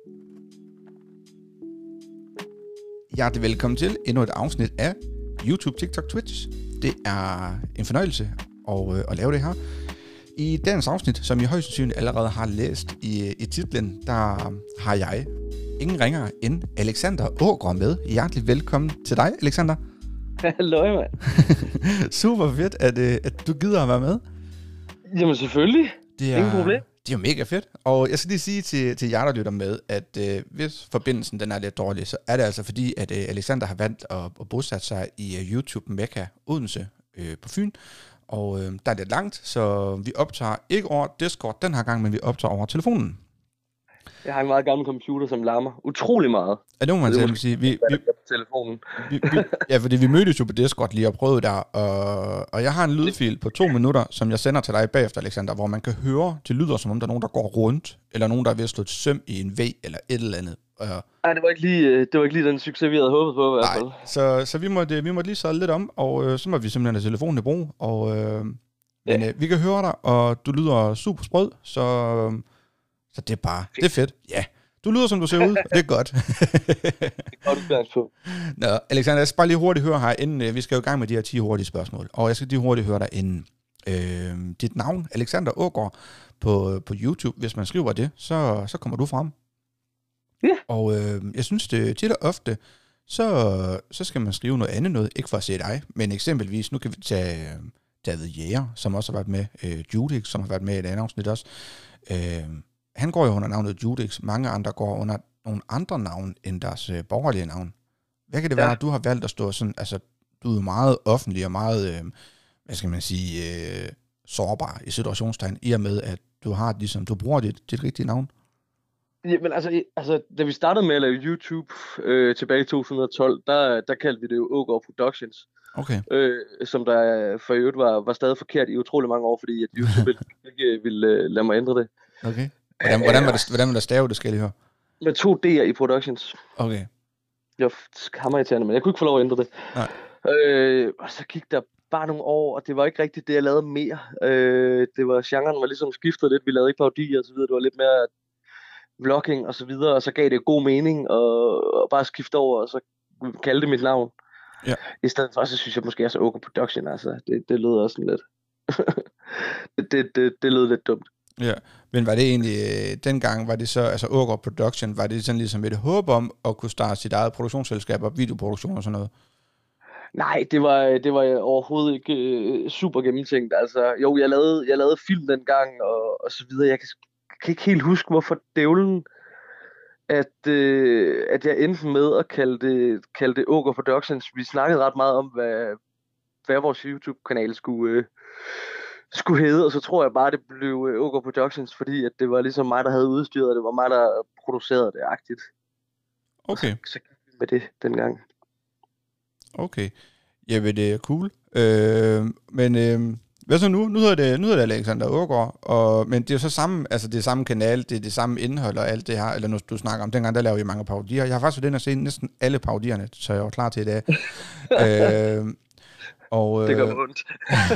Hjertelig velkommen til endnu et afsnit af YouTube, TikTok, Twitch. Det er en fornøjelse at lave det her. I dagens afsnit, som I højst sandsynligt allerede har læst i titlen, der har jeg ingen ringere end Alexander Aagaard med. Hjertelig velkommen til dig, Alexander. Hallo, mand. Super fedt, at du gider at være med. Jamen selvfølgelig. Ingen problem. Det er jo mega fedt. Og jeg skal lige sige til jer, der lytter med, at hvis forbindelsen den er lidt dårlig, så er det altså fordi, at Alexander har valgt at bosætte sig i YouTube Mekka Odense på Fyn. Og der er lidt langt, så vi optager ikke over Discord den her gang, men vi optager over telefonen. Jeg har en meget gammel computer, som larmer utrolig meget. Ja, det må man selv sige. Vi telefonen. Ja, fordi vi mødtes jo på Discord lige og prøvede der, og jeg har en lydfil på 2 minutter, som jeg sender til dig bagefter, Alexander, hvor man kan høre, det lyder som om der er nogen, der går rundt, eller nogen, der er ved at slå et søm i en væg, eller et eller andet. Nej, det var ikke lige den succes, vi havde håbet på i hvert fald. Nej, så vi måtte lige sadle lidt om, og så må vi simpelthen have telefonen i brug, og men vi kan høre dig, og du lyder super sprød, så det er bare, det er fedt. Ja, du lyder som du ser ud, og det er godt. Det er godt, du bliver på. Nå, Alexander, jeg skal bare lige hurtigt høre her, inden vi skal jo i gang med de her 10 hurtige spørgsmål, og jeg skal lige hurtigt høre dig inden. Dit navn, Alexander Aagaard, på YouTube, hvis man skriver det, så kommer du frem. Ja. Og jeg synes, det tit og ofte, så skal man skrive noget andet noget, ikke for at se dig, men eksempelvis, nu kan vi tage David Jæger, som også har været med, Judix, som har været med i et andet afsnit også. Han går jo under navnet Judix, mange andre går under nogle andre navn end deres borgerlige navn. Hvad kan det være, at du har valgt at stå sådan, altså du er jo meget offentlig og meget, hvad skal man sige, sårbar i situationstegn, i og med at du har ligesom, du bruger dit rigtige navn? Jamen altså, da vi startede med at lave YouTube tilbage i 2012, der kaldte vi det jo Aagaard Productions. Okay. Som der for øvrigt var stadig forkert i utrolig mange år, fordi at YouTube ikke ville lade mig ændre det. Okay. Hvordan var der stave, det skal jeg lige høre? Med 2 D'er i Productions. Okay. Jeg hammerirriterende, men jeg kunne ikke få lov at ændre det. Nej. Og så gik der bare nogle år, og det var ikke rigtigt det, jeg lavede mere. Det var, genren var ligesom skiftet lidt, vi lavede ikke parodier og så videre, det var lidt mere vlogging og så videre, og så gav det god mening og bare skifte over, og så kalde det mit navn. Ja. I stedet for, så synes jeg måske også Aagaard Production, altså, det lød også sådan lidt. det lød lidt dumt. Ja, men var det egentlig, dengang var det så, altså Aagaard Production, var det sådan ligesom et håb om at kunne starte sit eget produktionsselskab og videoproduktion og sådan noget? Nej, det var overhovedet ikke super gennemtænkt. Altså, jo, jeg lavede film dengang og så videre. Jeg kan ikke helt huske, hvorfor dævlen, at jeg endte med at kalde det Aagaard Productions. Vi snakkede ret meget om, hvad vores YouTube-kanal skulle hedde, og så tror jeg bare, det blev Aagaard Productions, fordi at det var ligesom mig, der havde udstyret, og det var mig, der producerede det agtigt. Okay. Så gik vi med det dengang. Okay. Jamen, det er cool. Men hvad så nu? Nu hedder det Alexander Aagaard, men det er jo så samme, altså det er samme kanal, det er det samme indhold og alt det her, eller nu du snakker om, dengang der lavede jeg mange parodier. Jeg har faktisk været inde og se næsten alle parodierne, så jeg var klar til i dag. Og, det gør mig ondt.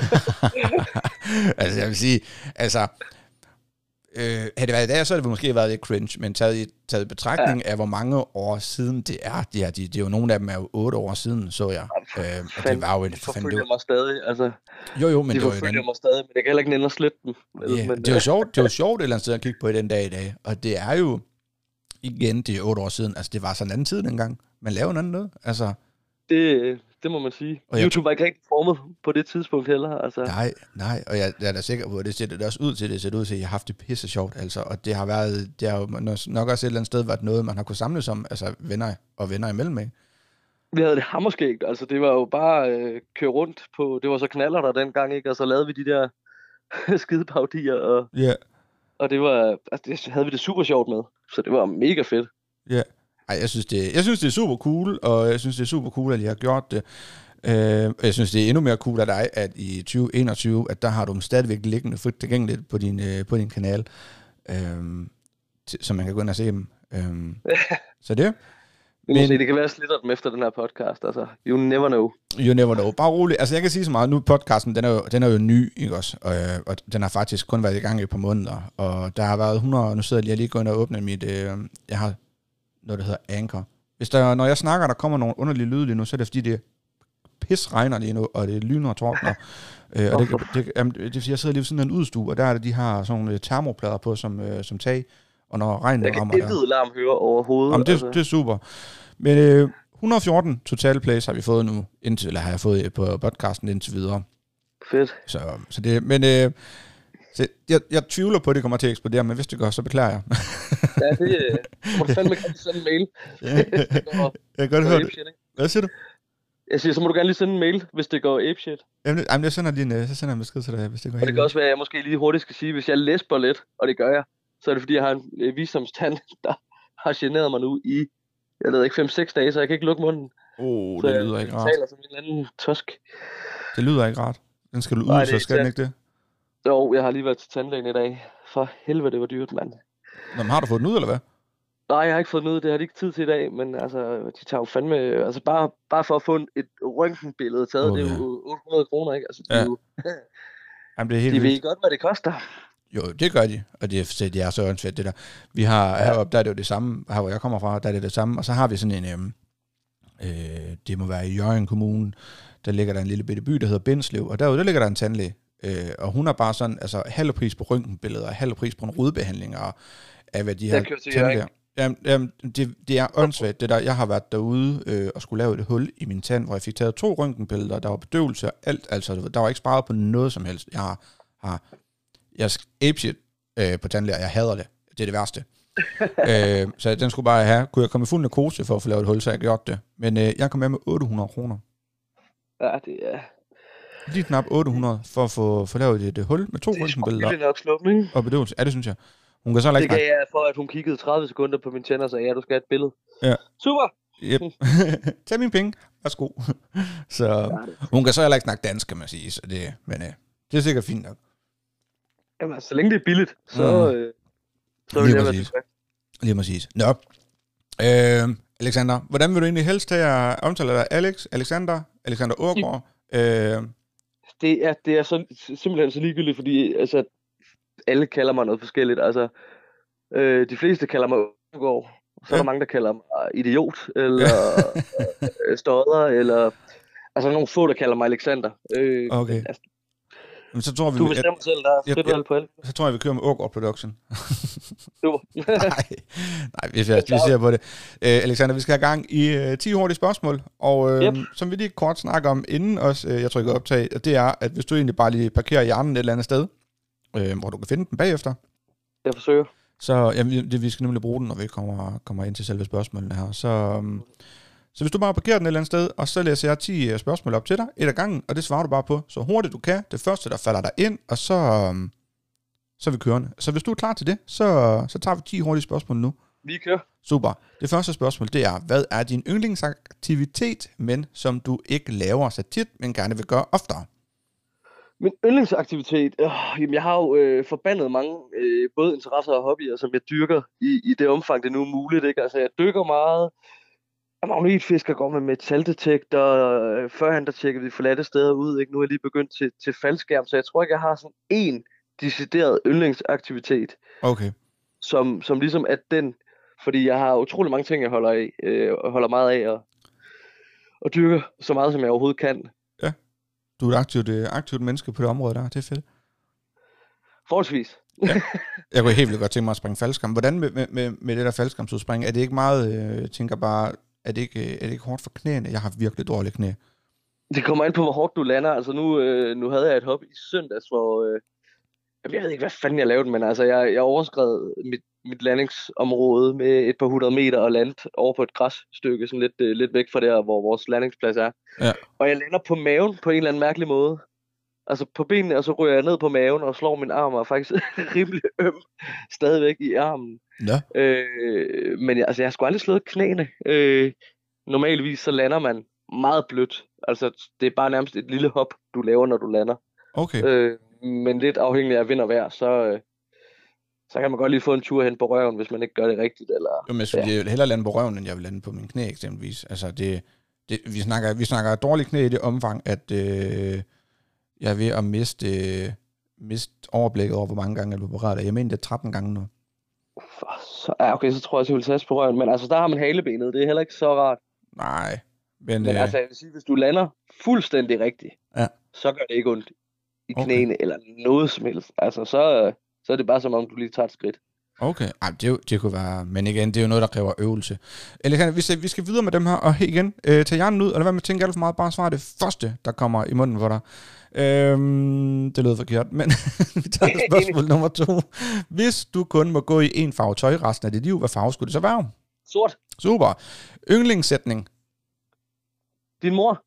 altså jeg vil sige, altså havde det været i dag, så havde det måske været lidt cringe, men taget betragtning af, hvor mange år siden det er. Det er jo nogle af dem er jo 8 år siden, så jeg. Og det var jo en forfølger mig stadig, altså. Jo, men de forfølger mig stadig, men jeg kan heller ikke nænde at slette dem. Yeah, men, det er jo sjovt et eller andet sted at kigge på i den dag i dag, og det er jo, igen, det er 8 år siden, altså det var sådan en anden tid dengang. Man lavede en anden noget, altså. Det må man sige. Og YouTube var ikke rigtig formet på det tidspunkt heller. Altså. Nej, og jeg er da sikker på, at det ser det også ud til, at jeg har haft det pisse sjovt, altså, og det har jo nok også et eller andet sted været noget, man har kunnet samles om, altså venner imellem, ikke? Vi havde det hammerskægt, altså det var jo bare køre rundt på, det var så knaller der dengang, ikke? Og så lavede vi de der skide parodier, og det var, altså det havde vi det super sjovt med, så det var mega fedt. Ja. Ej, jeg synes, det er super cool, og jeg synes, det er super cool, at I har gjort det. Jeg synes, det er endnu mere cool af dig, at i 2021, at der har du dem stadigvæk liggende frit tilgængeligt på din kanal, så man kan gå ind og se dem. Så det. Vi må se, det kan være, at jeg slitter dem efter den her podcast. Altså, you never know. You never know. Bare roligt. Altså, jeg kan sige så meget. Nu podcasten, den er jo ny, ikke også? Og den har faktisk kun været i gang i et par måneder. Og der har været 100, nu sidder jeg lige og åbner mit, jeg har noget, der hedder Anchor. Når jeg snakker, der kommer nogle underlige lyde lige nu, så er det fordi, det pis regner lige nu, og det lyner og tordner. Og det er fordi, jeg sidder lige ved sådan en udstue, og der er det, de har sådan nogle termoplader på som tag. Og når regnen rammer der... Jeg kan ikke larm høre overhovedet. Jamen, det er super. Men 114 total plays har vi fået nu, eller har jeg fået på podcasten indtil videre. Fedt. Så det, men så jeg tvivler på, at det kommer til at eksplodere, men hvis det gør, så beklager jeg. Ja, det må du fandme gerne sende en mail. Jeg kan godt høre det. Hvad siger du? Jeg siger, så må du gerne lige sende en mail, hvis det går apeshit. Jamen, jeg sender en besked til dig, hvis det går helt. Og det kan også være, at jeg måske lige hurtigt skal sige, hvis jeg læsper lidt, og det gør jeg, så er det fordi, jeg har en visdomstand, der har generet mig nu i, jeg ved ikke, 5-6 dage, så jeg kan ikke lukke munden. Det lyder ikke rart. Jeg taler som en eller anden tosk. Det lyder ikke rart. Den skal du ud, så skal den ikke det? Jo, jeg har lige været til tandlægen i dag. For helvede, det var dyrt, mand. Nå, men har du fået den ud, eller hvad? Nej, jeg har ikke fået den ud. Det har de ikke tid til i dag, men altså, de tager jo fandme... Altså, bare for at få et røntgenbillede taget, det er jo 800 kroner, ikke? Altså, ja. Jamen, det er helt de ved godt, hvad det koster. Jo, det gør de, og det er så åndssvagt, det der. Vi har heroppe, der er det jo det samme, her hvor jeg kommer fra, der er det samme, og så har vi sådan en, det må være i Hjørring Kommune, der ligger der en lille bitte by, der hedder Bindslev, og derude, der ligger der en tandlæge, og hun er bare sådan, altså halv pris på røntgenbilleder, og halv pris på en rodbehandling, og af hvad de her tandlæger. Jamen, det er åndssvagt, det der. Jeg har været derude og skulle lave et hul i min tand, hvor jeg fik taget 2 røntgenbilleder, der var bedøvelse og alt, altså der var ikke sparet på noget som helst. Jeg apeshit på tandlæger, jeg hader det. Det er det værste. Så den skulle bare have. Kunne jeg komme i fuld narkose for at få lavet et hul, så jeg gjort det. Men jeg kom med 800 kroner. Ja, det er... Lige knap 800 for at få lavet et hul med 2 røntgenbilleder. Det er nok slumning. Og bedøvelse. Ja, det synes jeg. Hun kan så det gav jeg for, at hun kiggede 30 sekunder på min tænder og sagde, ja, du skal have et billede. Ja. Super! Yep. Tag mine penge. Værsgo. Så hun kan så heller ikke snakke dansk, kan man sige. Så det, men det er sikkert fint nok. Jamen, så længe det er billigt, så vil jeg være tilfreds. Lige præcis. Nå. Alexander, hvordan vil du egentlig helst have at omtale dig? Alexander Aagaard? Det er så, simpelthen så ligegyldigt, fordi altså, alle kalder mig noget forskelligt. Altså, de fleste kalder mig Aagaard. Så er der mange, der kalder mig idiot, eller stodder, eller... Altså, nogle få, der kalder mig Alexander. Okay. Men, altså, men så tror vi... Du bestemmer selv, der er frit valg på alt. Så tror jeg, vi kører med Aagaard Production. Super. Nej, vi ser på det. Alexander, vi skal have gang i 10 hurtige spørgsmål, og som vi lige kort snakker om inden også, jeg trykker optag, det er, at hvis du egentlig bare lige parkerer hjernen et eller andet sted, hvor du kan finde den bagefter. Jeg forsøger. Så vi skal nemlig bruge den, når vi kommer ind til selve spørgsmålene her. Så hvis du bare parkerer den et eller andet sted, og så læser jeg 10 spørgsmål op til dig, et ad gangen, og det svarer du bare på, så hurtigt du kan. Det første, der falder dig ind, og så er vi kørende. Så hvis du er klar til det, så tager vi 10 hurtige spørgsmål nu. Vi kører. Super. Det første spørgsmål, det er, hvad er din yndlingsaktivitet, men som du ikke laver så tit, men gerne vil gøre oftere? Min yndlingsaktivitet? Jamen jeg har jo forbandet mange både interesser og hobbyer, som jeg dyrker i det omfang, det nu er muligt. Ikke? Altså jeg dykker meget. Jeg magnetfisker, går med metaldetektor. Førhen der tjekkede vi forladte steder ud. Ikke? Nu er jeg lige begyndt til faldskærm, så jeg tror ikke, jeg har sådan en decideret yndlingsaktivitet. Okay. Som ligesom er den, fordi jeg har utrolig mange ting, jeg holder meget af og dyrker så meget, som jeg overhovedet kan. Ja, du er et aktivt menneske på det område der, det er fedt. Forholdsvis. Ja. Jeg kunne helt vildt godt tænke mig at springe faldskærm. Hvordan med det der faldskærmsudspring? Er det ikke meget, tænker bare, er det ikke hårdt for knæene? Jeg har virkelig dårlige knæ. Det kommer ind på, hvor hårdt du lander. Altså nu havde jeg et hop i søndags, hvor... jeg ved ikke, hvad fanden jeg lavede, men altså, jeg overskred mit landingsområde med et par 100 meter og landt over på et græsstykke, sådan lidt væk fra der, hvor vores landingsplads er. Ja. Og jeg lander på maven på en eller anden mærkelig måde. Altså på benene, og så ryger jeg ned på maven og slår min arm, og faktisk rimelig øm stadigvæk i armen. Ja. Men jeg har sgu aldrig slået knæene. Normalvis så lander man meget blødt. Altså det er bare nærmest et lille hop, du laver, når du lander. Okay. Men lidt afhængig af vind og vejr, så kan man godt lige få en tur hen på røven, hvis man ikke gør det rigtigt. Eller, Jo, men jeg vil hellere lande på røven, end jeg vil lande på min knæ eksempelvis. Altså, vi snakker dårligt knæ i det omfang, at jeg er ved at miste overblikket over, hvor mange gange jeg blev berørt. Jeg mener, det er 13 gange nu. Okay, så tror jeg, at jeg vil tage på røven. Men altså, der har man halebenet. Det er heller ikke så rart. Nej. Men altså, jeg vil sige, hvis du lander fuldstændig rigtigt, så gør det ikke ondt i knæene eller noget som helst. Altså, så er det bare som om, du lige tager et skridt. Okay, det kunne være, men igen, det er jo noget, der kræver øvelse. Eller vi skal videre med dem her, og igen, tag hjernen ud, eller hvad man tænker alt for meget, bare svar det første, der kommer i munden for dig. Det lød forkert, men vi tager spørgsmål nummer 2. Hvis du kun må gå i en farve tøj resten af dit liv, hvad farve skulle det så være? Sort. Super. Yndlingssætning. Din mor.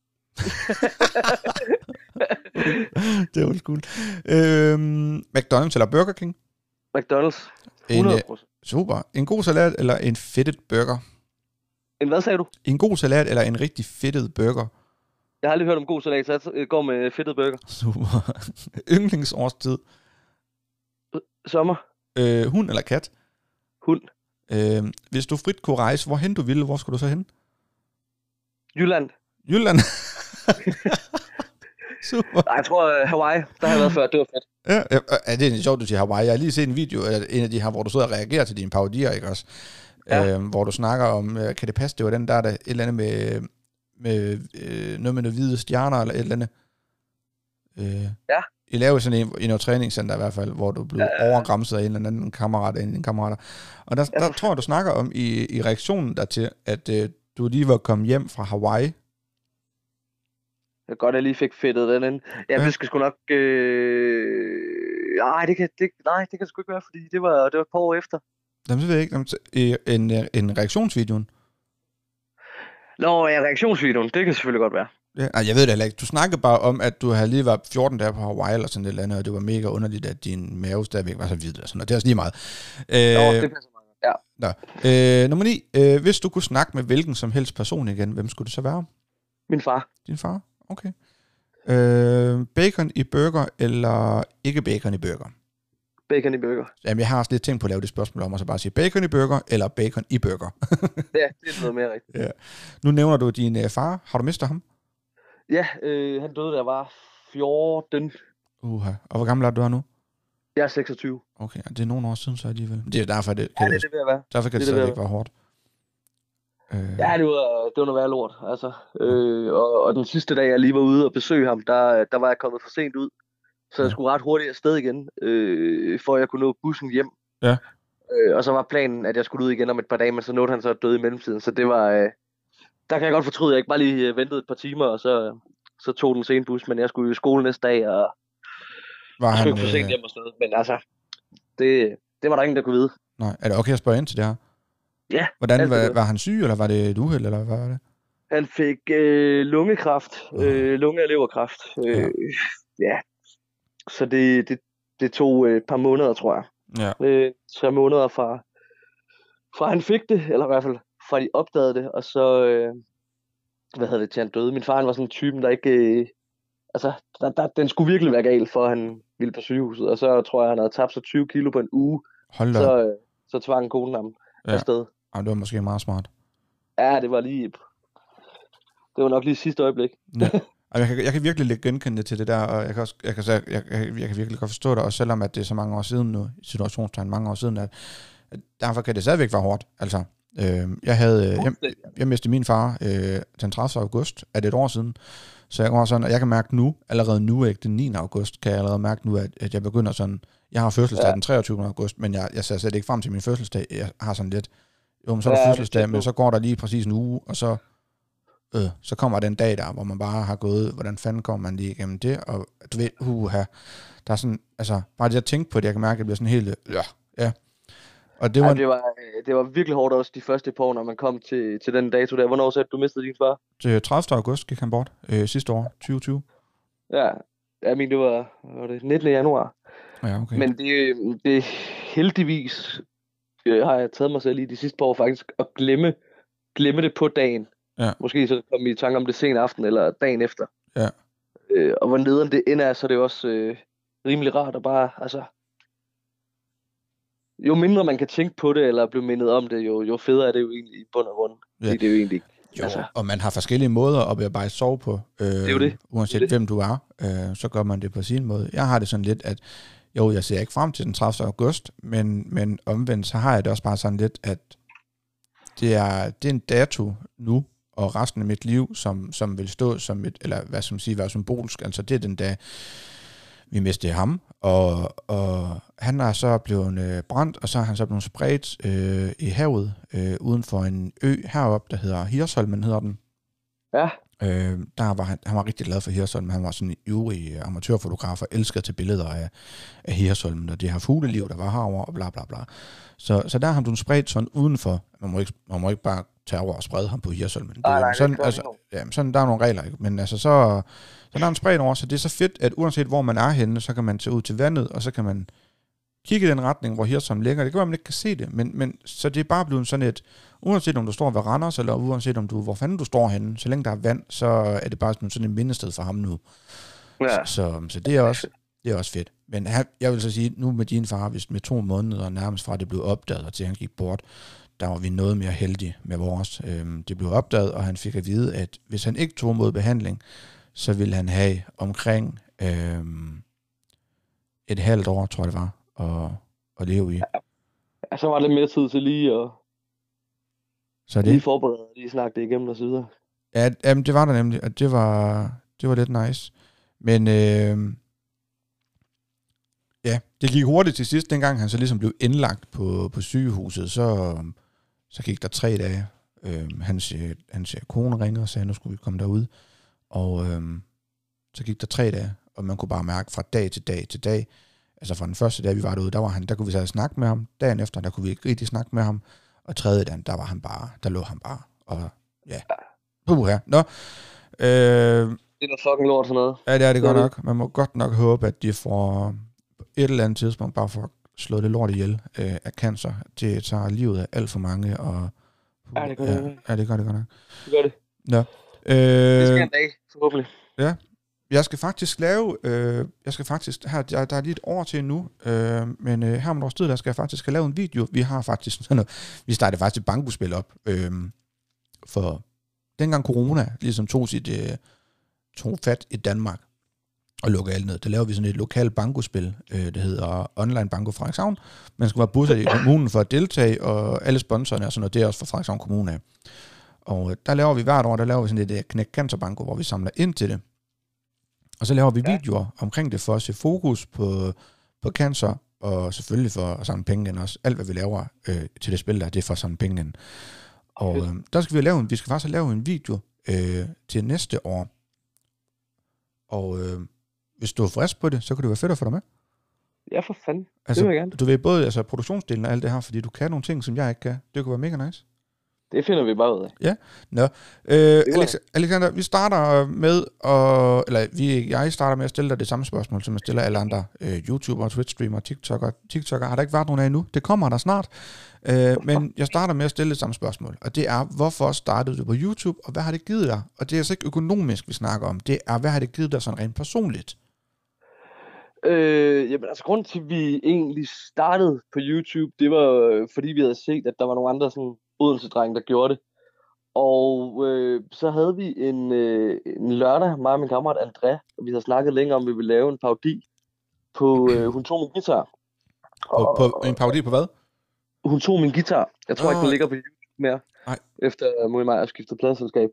Det var cool. McDonald's eller Burger King? McDonald's. 100%. Super. En god salat eller en fedtet burger? En hvad sagde du? En god salat eller en rigtig fedtet burger? Jeg har aldrig hørt om god salat, så jeg går med fedtet burger. Super. Yndlingsårstid? Sommer. Hund eller kat? Hund. Hvis du frit kunne rejse, hvorhen du ville, hvor skulle du så hen? Jylland. Jylland? Super. Nej, jeg tror Hawaii. Der har jeg været før. Det var fedt. Ja, det er sjovt, du siger Hawaii. Jeg har lige set en video af en af de her, hvor du sidder og reagerer til dine parodier, ikke også? Ja. Hvor du snakker om, kan det passe, det var den der et eller andet med noget med nogle hvide stjerner, eller et eller andet. Ja. I lavede sådan i noget træningscenter i hvert fald, hvor du blev overgramset af en eller anden kammerat, af en af dine kammerater. Og der tror jeg, du snakker om i reaktionen dertil, at du lige var kommet hjem fra Hawaii. Det er godt, at jeg lige fik fedtet den ind. Ja, det skal sgu nok... Nej, det kan sgu ikke være, fordi det var et par år efter. Jamen, det ved jeg ikke. En reaktionsvideoen? Nå, ja, reaktionsvideoen, det kan selvfølgelig godt være. Ja, jeg ved det heller ikke. Du snakkede bare om, at du havde lige været 14 dage på Hawaii eller sådan et eller andet, og det var mega underligt, at din mave stadigvæk var så hvid og sådan noget. Det er også lige meget. Det passer meget. Ja. Nummer 9. Hvis du kunne snakke med hvilken som helst person igen, hvem skulle det så være? Min far. Din far? Okay. Bacon i burger eller ikke bacon i burger? Bacon i burger. Jamen, jeg har også lidt tænkt på at lave det spørgsmål om, at så bare sige bacon i burger eller bacon i burger. Ja, det er noget mere rigtigt. Ja. Nu nævner du din far. Har du mistet ham? Ja, han døde, da jeg var 14. Og hvor gammel er du nu? Jeg er 26. Okay, det er nogle år siden så alligevel. Det er derfor, det kan det vil være. Derfor kan det stadigvæk være hårdt. Ja, det var noget værre lort. Altså. Og den sidste dag, jeg lige var ude og besøge ham, der var jeg kommet for sent ud. Så jeg skulle ret hurtigt afsted igen, for at jeg kunne nå bussen hjem. Ja. Og så var planen, at jeg skulle ud igen om et par dage, men så nåede han så at døde i mellemtiden. Så det var... der kan jeg godt fortryde, at jeg ikke bare lige ventede et par timer, og så tog den sene bus. Men jeg skulle i skole næste dag, og jeg skulle ikke for sent hjem og sådan noget. Men altså, det var der ingen, der kunne vide. Nej, er det okay at spørge ind til det her? Ja. Hvordan var han syg, eller var det et uheld, eller hvad var det? Han fik lungekræft, lunge- og leverkræft. Ja. Så det tog et par måneder, tror jeg. Ja. 3 måneder fra han fik det, eller i hvert fald fra de opdagede det, og så, til han døde. Min far, han var sådan en typen, der ikke, den skulle virkelig være gal, for han ville på sygehuset, og så tror jeg, han havde tabt sig 20 kilo på en uge. Hold da. Så tvang konen ham afsted. Ja, det var måske meget smart. Ja, det var nok lige sidste øjeblik. Ja. Jeg kan virkelig lidt genkende til det der, og jeg kan virkelig godt forstå det, også selvom at det er så mange år siden nu, situationstegn mange år siden, at derfor kan det stadigvæk være hårdt. Altså, jeg mistede min far den 30. august, af det et år siden, så jeg går sådan, og jeg kan mærke nu, allerede nu, ikke den 9. august, kan jeg allerede mærke nu, at jeg begynder sådan, jeg har fødselsdag den 23. august, men jeg ser slet ikke frem til min fødselsdag, jeg har sådan lidt, jo, men så er der fødselsdag, men så går der lige præcis en uge, og så kommer den dag der, hvor man bare har gået, hvordan fanden kommer man lige igennem det, og du ved, der er sådan, altså, bare det at tænke på det, jeg kan mærke, at det bliver sådan helt, ja. Og det var virkelig hårdt også de første par år, når man kom til den dato der. Hvornår sagde du mistede din far? Til 30. august gik han bort, sidste år, 2020. Ja, det var det 19. januar. Ja, okay. Men det heldigvis har jeg taget mig selv i de sidste par år faktisk at glemme det på dagen. Ja. Måske så kom i tanke om det sen aften eller dagen efter. Ja. Og hvor nederen det ender, så er det også rimelig rart at bare, altså... jo mindre man kan tænke på det, eller blive mindet om det, jo federe er det jo egentlig i bund og grund. Ja. Fordi det er jo egentlig, Jo, altså, og man har forskellige måder at bearbejde sorg på, det er jo det. uanset Det er det. hvem du er, så gør man det på sin måde. Jeg har det sådan lidt, at jo, jeg ser ikke frem til den 30. august, men omvendt, så har jeg det også bare sådan lidt, at det er en dato nu, og resten af mit liv, som vil stå som et, eller hvad skal man sige, være symbolsk. Altså det er den dag, vi mistede ham, og han er så blevet brændt, og så er han så blevet spredt i havet, uden for en ø heroppe, der hedder Hirsholmen, hedder den. Ja, Der var han var rigtig glad for Hirsholmen. Han var sådan en ivrig amatørfotograf og elskede at tage billeder af Hirsholmen, og det her fugleliv, der var herovre, og bla bla bla. Så der har han blevet spredt sådan udenfor. Man må ikke bare tage over og sprede ham på Hirsholmen. nej, Sådan, det altså, sådan, der er nogle regler, ikke? Men altså, så der er han spredt over, så det er så fedt, at uanset hvor man er henne, så kan man tage ud til vandet, og så kan man kigge i den retning, hvor Hirsholmen ligger. Det kan være, man ikke kan se det, men så det er bare blevet sådan et, uanset om du står ved Randers, eller uanset om hvor fanden du står henne, så længe der er vand, så er det bare sådan et mindested for ham nu. ja. Så det er også fedt. Men jeg vil så sige, nu med din far, hvis med 2 måneder nærmest fra det blev opdaget, og til han gik bort, der var vi noget mere heldige med vores. Det blev opdaget, og han fik at vide, at hvis han ikke tog mod behandling, så ville han have omkring et halvt år, tror jeg det var, at leve i. Ja, så var det mere tid til lige at Så lige det, forberede, lige snakke det igennem og så videre. ja, jamen, det var der nemlig, og det var lidt nice. Men ja, det gik hurtigt til sidst, dengang han så ligesom blev indlagt på sygehuset, så gik der 3 dage. Hans kone ringede og sagde, at nu skulle vi komme derud. Og så gik der 3 dage, og man kunne bare mærke fra dag til dag til dag. Altså fra den første dag, vi var derude, der kunne vi så snakke med ham. Dagen efter, der kunne vi ikke rigtig snakke med ham. Og tredje dagen, der lå han bare. Og ja, her. Nå. Det er noget fucking lort sådan noget. Ja, det er det godt nok. Man må godt nok håbe, at de får et eller andet tidspunkt bare får slået det lort ihjel af cancer. Det tager livet af alt for mange. Og, Ja, det gør det. Ja, det gør det godt nok. Det gør det. Nå. Det skal en dag, forhåbentlig. Ja. Jeg skal faktisk lave, her, der er lige et år til nu, men her om et års tid, der skal jeg faktisk have lavet en video. Vi har faktisk sådan noget, vi startede faktisk et bankospil op, for dengang corona ligesom tog fat i Danmark og lukkede alt ned. Der laver vi sådan et lokalt bankospil, der hedder Online Banko Frederikshavn. Man skal være bosat i kommunen for at deltage, og alle sponsorerne og sådan noget, det er også fra Frederikshavn Kommune af. Og der laver vi hvert år, sådan et Knæk Cancer Banko, hvor vi samler ind til det. Og så laver vi videoer omkring det for at se fokus på cancer, og selvfølgelig for at samle penge ind også. Alt, hvad vi laver til det spil der, det er for at samle penge ind. Og der skal vi skal faktisk lave en video til næste år. Og hvis du er frisk på det, så kan det være fedt at få dig med. Ja, for fanden. Altså, det vil jeg gerne. Du ved både produktionsdelen og alt det her, fordi du kan nogle ting, som jeg ikke kan. Det kunne være mega nice. Det finder vi bare ud af. Ja, nå. Alexander, vi starter med jeg starter med at stille dig det samme spørgsmål, som jeg stiller alle andre YouTubere, Twitch-streamere, TikTok'ere. Har der ikke været nogen af endnu? Det kommer der snart. Men jeg starter med at stille det samme spørgsmål, og det er, hvorfor startede du på YouTube, og hvad har det givet dig? Og det er altså ikke økonomisk, vi snakker om. Det er, hvad har det givet dig sådan rent personligt? Jamen altså, grunden til, at vi egentlig startede på YouTube, det var, fordi vi havde set, at der var nogle andre sådan Odense-drenge, der gjorde det. Og så havde vi en lørdag, mig og min kammerat André, og vi havde snakket længe om, at vi ville lave en parodi på Hun tog min guitar. En parodi på hvad? Hun tog min guitar. Jeg tror ikke, den ligger på YouTube mere. Nej. Efter Moe Meyer skiftet pladselskab.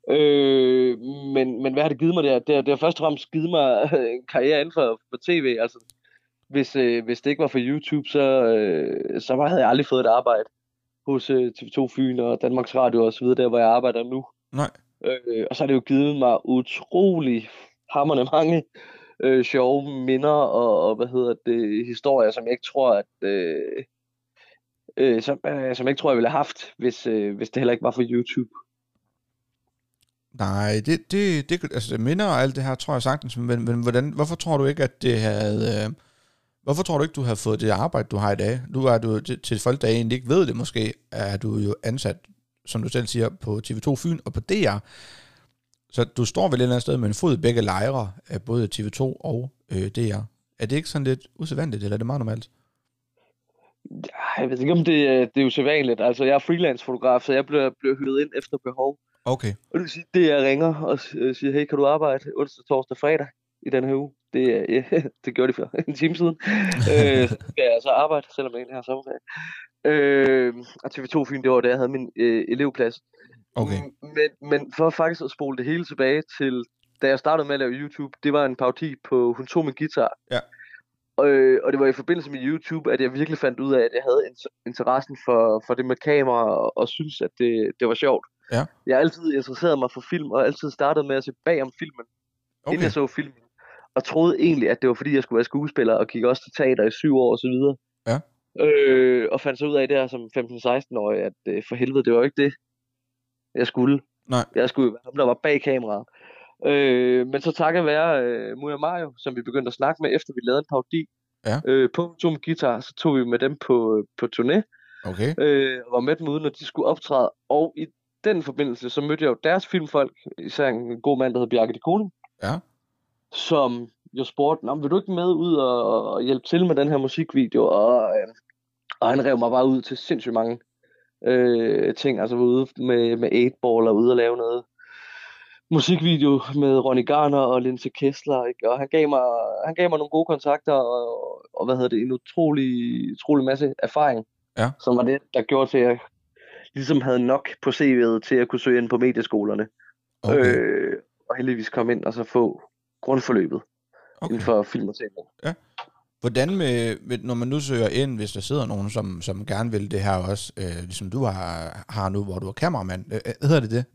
Men hvad har det givet mig der? Det har først og fremmest givet mig en karriere inden for tv. Altså, hvis det ikke var for YouTube, så havde jeg aldrig fået et arbejde hos TV2 Fyn og Danmarks Radio og så videre, der hvor jeg arbejder nu. Nej. Og så har det jo givet mig utrolig hamrende mange sjove minder og historier, som jeg ikke tror, at som jeg ikke tror, jeg ville have haft, hvis det heller ikke var for YouTube. Nej, det altså minder og alt det her, tror jeg sagtens, men hvorfor tror du ikke, at det havde... Hvorfor tror du ikke, du har fået det arbejde, du har i dag? Nu er du til folk, der egentlig ikke ved det måske, er du jo ansat, som du selv siger, på TV2 Fyn og på DR. Så du står vel et eller andet sted med en fod i begge lejre af både TV2 og DR. Er det ikke sådan lidt usædvanligt, eller er det meget normalt? Jeg ved ikke, om det er usædvanligt. Altså, jeg er freelance-fotograf, så jeg bliver hyret ind efter behov. Okay. Og det vil sige, det jeg ringer og siger, hey, kan du arbejde onsdag, torsdag, fredag i den her uge? Det gjorde de for en time siden. Så skal jeg altså arbejde, selvom jeg egentlig har sommerferie. Og TV2 Fyn, det var da jeg havde min elevplads. Okay. Men for faktisk at spole det hele tilbage til, da jeg startede med at lave YouTube, det var en parodi på Hun tog min guitar. Ja. Og det var i forbindelse med YouTube, at jeg virkelig fandt ud af, at jeg havde interessen for det med kamera, og synes, at det var sjovt. Ja. Jeg har altid interesseret mig for film, og altid startet med at se bag om filmen, inden jeg så filmen. Og troede egentlig, at det var fordi, jeg skulle være skuespiller, og gik også til teater i 7 år og så videre. Ja. Og fandt så ud af der som 15-16-årig, at for helvede, det var ikke det, jeg skulle. Nej. Jeg skulle være ham, der var bag kameraet. Men så takket være Muja Mario, som vi begyndte at snakke med, efter vi lavede en parodi på Tom Guitar, så tog vi med dem på turné. Okay. Og var med dem ude, når de skulle optræde. Og i den forbindelse, så mødte jeg jo deres filmfolk, især en god mand, der hedder Bjarke de Koning, som jo spurgte, vil du ikke med ud og hjælpe til med den her musikvideo? Og han rev mig bare ud til sindssygt mange ting, altså var ude med 8-ball og ude og lave noget musikvideo med Ronny Garner og Linse Kessler, ikke? Og han gav mig nogle gode kontakter og en utrolig masse erfaring, som var det, der gjorde til, at jeg ligesom havde nok på CV'et til at kunne søge ind på medieskolerne. Okay. Og heldigvis komme ind og så få grundforløbet inden for film og tv. Ja. Hvordan med, når man nu søger ind, hvis der sidder nogen, som gerne vil det her også, ligesom du har nu, hvor du er kameramand, hedder det det?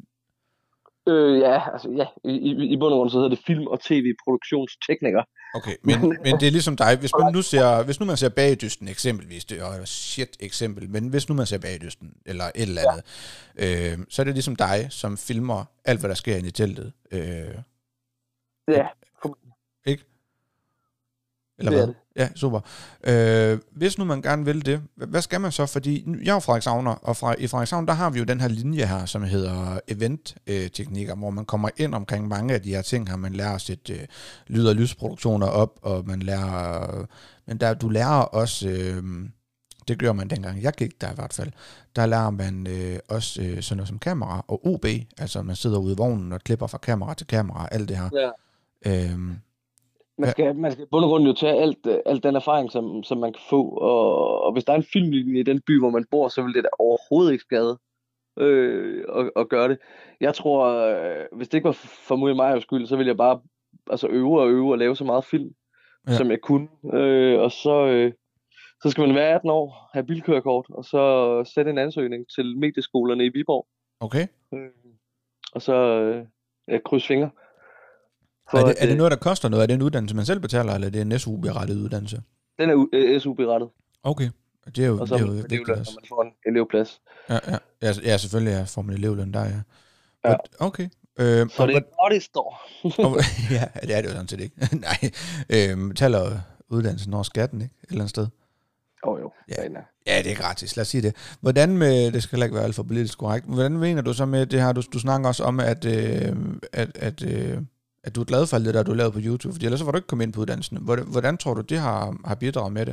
I bund og grund så hedder det film- og tv-produktionstekniker. Okay, men det er ligesom dig, hvis nu man ser Bagdysten eksempelvis, det er shit eksempel, men hvis nu man ser Bagdysten, eller et eller andet, så er det ligesom dig, som filmer alt, hvad der sker inde i teltet. Ikke? Eller hvad? Ja, super. Hvis nu man gerne vil det, hvad skal man så? Fordi jeg er jo Frederikshavner, og i Frederikshavn, der har vi jo den her linje her, som hedder event-teknikker, hvor man kommer ind omkring mange af de her ting her. Man lærer at sætte lyd- og lysproduktioner op, og man lærer... Men du lærer også... det gør man dengang jeg gik der i hvert fald. Der lærer man også sådan noget som kamera og OB, altså man sidder ude i vognen og klipper fra kamera til kamera, alt det her. Ja. Man skal i bund og grund jo tage alt den erfaring, som man kan få, og hvis der er en filmlinje i den by, hvor man bor, så vil det da overhovedet ikke skade at gøre det. Jeg tror, hvis det ikke var for Muja skyld, så ville jeg bare øve og lave så meget film, som jeg kunne. Og så skal man være 18 år, have bilkørekort, og så sætte en ansøgning til medieskolerne i Viborg. Okay. Og så krydse fingre. Er det noget, der koster noget? Er det en uddannelse, man selv betaler, eller er det en SU-berettet uddannelse? Den er SU-berettet. Okay. Det er jo vigtigt også. Når man får en elevplads. Ja, selvfølgelig får man elevløn der, ja. Okay. Så det er godt, det står. Ja, det er det jo sådan set ikke. Nej. Betaler uddannelsen over skatten, ikke? Et eller andet sted. Jo. Ja, det er gratis. Lad os sige det. Hvordan med, det skal ikke være alt for politisk korrekt, hvordan mener du så med det her, du snakker også om, at du er glad for alt det, der du lavede på YouTube, fordi ellers så var du ikke kommet ind på uddannelsen. Hvordan tror du, det har bidraget med det?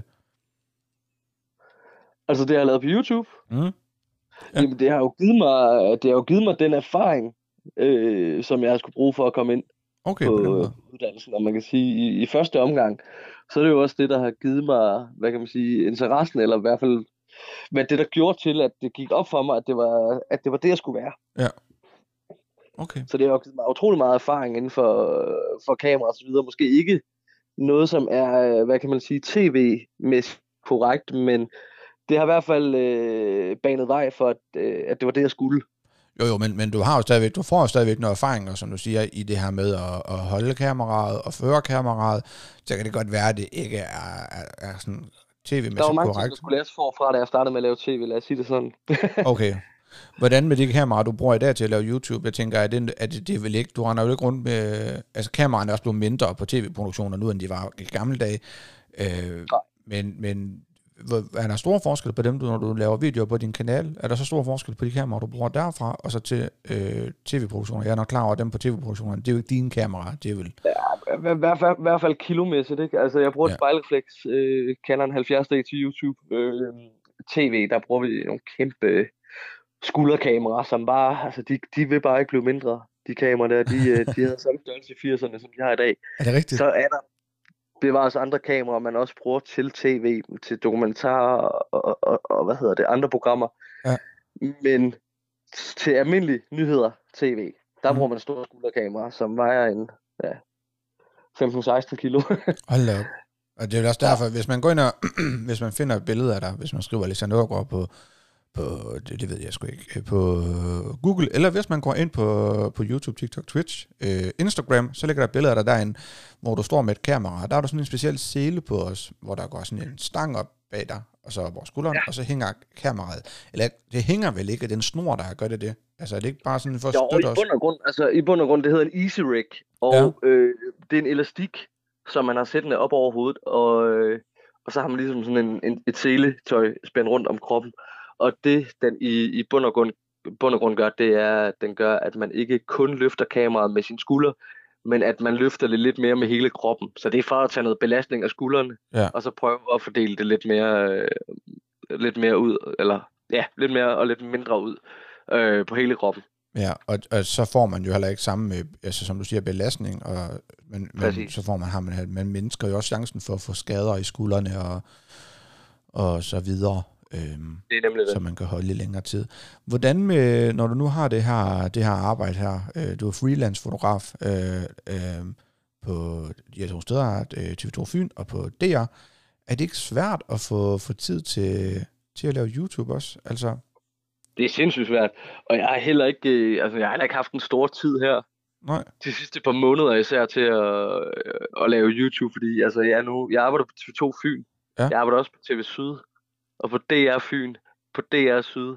Altså det, jeg har lavet på YouTube? Jamen, det har jo givet mig den erfaring, som jeg skulle bruge for at komme ind på uddannelsen. Og man kan sige, i første omgang, så er det jo også det, der har givet mig, hvad kan man sige, interessen, eller i hvert fald, hvad det der gjorde til, at det gik op for mig, at det var det, jeg skulle være. Ja. Okay. Så det har givet mig utrolig meget erfaring inden for kamera og så videre. Måske ikke noget, som er, hvad kan man sige, tv-mæssigt korrekt, men det har i hvert fald banet vej for, at det var det, jeg skulle. Jo, men du får jo stadigvæk noget erfaring, som du siger, i det her med at holde kameraet og føre kameraet. Så kan det godt være, at det ikke er sådan tv-mæssigt korrekt. Der var mange ting, der skulle læres forfra, da jeg startede med at lave tv, lad os sige det sådan. Okay. Hvordan med de kameraer, du bruger i dag til at lave YouTube? Jeg tænker, at det vil ikke, du render jo ikke rundt med, altså kameraerne er også blevet mindre på tv-produktioner nu, end de var i gamle dage. Men er der stor forskel på dem, når du laver videoer på din kanal? Er der så stor forskel på de kameraer, du bruger derfra, og så til tv-produktioner? Jeg er nok klar over, at dem på tv-produktioner, det er jo ikke dine kameraer, det er vel... Ja, i hvert fald kilomæssigt, ikke? Altså, jeg bruger et spejlreflex Canon 70D til YouTube, tv, der bruger vi nogle kæmpe skulderkameraer, som bare, altså de vil bare ikke blive mindre. De kameraer der, de havde samme størrelse i 80'erne, som de har i dag. Er det rigtigt? Så er der bevares andre kameraer, man også bruger til tv, til dokumentarer og hvad hedder det, andre programmer. Ja. Men til almindelige nyheder, tv, der bruger man store skulderkameraer, som vejer en 15-16 kilo. Hold da op. Og det er jo også derfor, hvis man går ind og, hvis man finder et billede af dig, hvis man skriver Alexander Aagaard på det ved jeg sgu ikke, på Google, eller hvis man går ind på YouTube, TikTok, Twitch, Instagram, så ligger der et billede af dig derinde, hvor du står med et kamera, der er der sådan en speciel sele på os, hvor der går sådan en stang op bag dig, og så over skulderen, og så hænger kameraet. Eller det hænger vel ikke, den snor, der gør det? Altså er det ikke bare sådan for at støtte os? I bund og grund, det hedder en Easy Rig, og det er en elastik, som man har sættende op over hovedet, og så har man ligesom sådan et seletøj spændt rundt om kroppen. Og det, den i bund og grund gør, det er, at den gør, at man ikke kun løfter kameraet med sine skuldre, men at man løfter det lidt mere med hele kroppen. Så det er for at tage noget belastning af skuldrene, og så prøve at fordele det lidt mere ud, eller lidt mere og lidt mindre ud på hele kroppen. Ja, og så får man jo heller ikke samme, altså som du siger, belastning, men så får man mindsker jo også chancen for at få skader i skuldrene og så videre. Det er nemlig det. Så man kan holde lidt længere tid. Hvordan med, når du nu har det her arbejde her, du er freelance fotograf på de her 2 steder, TV2 Fyn og på DR, er det ikke svært at få tid til at lave YouTube også? Altså det er sindssygt svært, og jeg har heller ikke haft en stor tid her. Nej. De sidste par måneder især til at lave YouTube, fordi altså jeg arbejder på TV2 Fyn, jeg arbejder også på TV Syd og på DR Fyn, på DR Syd.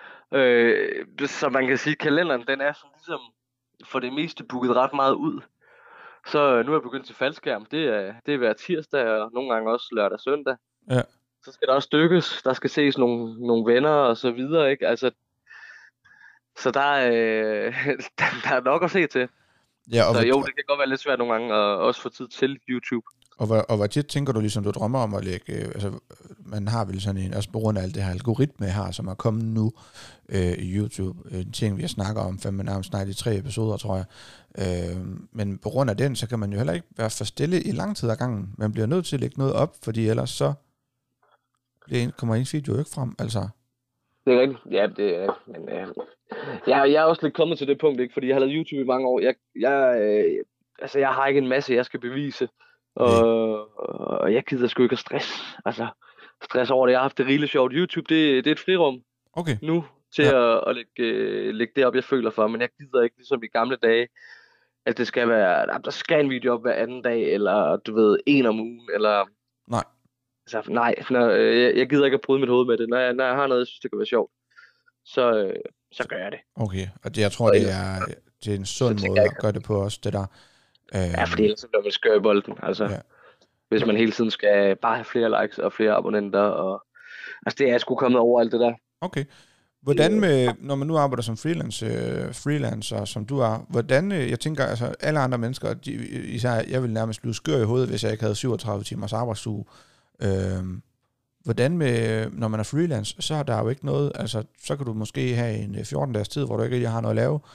Så man kan sige, at kalenderen den er sådan ligesom for det meste booket ret meget ud. Så nu er jeg begyndt til faldskærm. Det er hver tirsdag og nogle gange også lørdag og søndag. Ja. Så skal der også stykkes, der skal ses nogle venner og så videre, ikke? Altså, så der er nok at se til. Ja, så jo, det kan godt være lidt svært nogle gange at også få tid til YouTube. Og hvor tit tænker du ligesom, du drømmer om at lægge, altså man har vel sådan en, også på grund af alt det her algoritme her, som er kommet nu i YouTube, en ting vi har snakket om, nærmest snart i 3 episoder, tror jeg. Men på grund af den, så kan man jo heller ikke være for stille i lang tid ad gangen. Man bliver nødt til at lægge noget op, fordi ellers så kommer ens video jo ikke frem, altså. Det er rigtigt. Ja, det er, men jeg er også lidt kommet til det punkt, ikke? Fordi jeg har lavet YouTube i mange år. Jeg har ikke en masse, jeg skal bevise. Og jeg gider sgu ikke at stress over det. Jeg har haft det rigeligt sjovt. YouTube, det er et frirum nu til at lægge det op, jeg føler for. Men jeg gider ikke, ligesom i gamle dage, at det skal være, der skal en video op hver anden dag, eller du ved, 1 om ugen, eller... Nej. Altså, nej, jeg gider ikke at bryde mit hoved med det. Når jeg har noget, jeg synes, det kan være sjovt, så gør jeg det. Okay, og det, jeg tror, det er en sund måde at gøre det på også, det der. Ja, fordi ellers bliver man skør i bolden. Altså, hvis man hele tiden skal bare have flere likes og flere abonnenter. Og, altså, det er sgu kommet over alt det der. Okay. Hvordan med, når man nu arbejder som freelancer, som du er, hvordan, jeg tænker, altså alle andre mennesker, især jeg ville nærmest blive skør i hovedet, hvis jeg ikke havde 37 timers arbejdsuge. Hvordan med, når man er freelance, så er der jo ikke noget, altså så kan du måske have en 14 dages tid, hvor du ikke har noget at lave.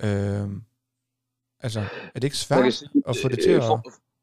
Altså, er det ikke svært at få det til at...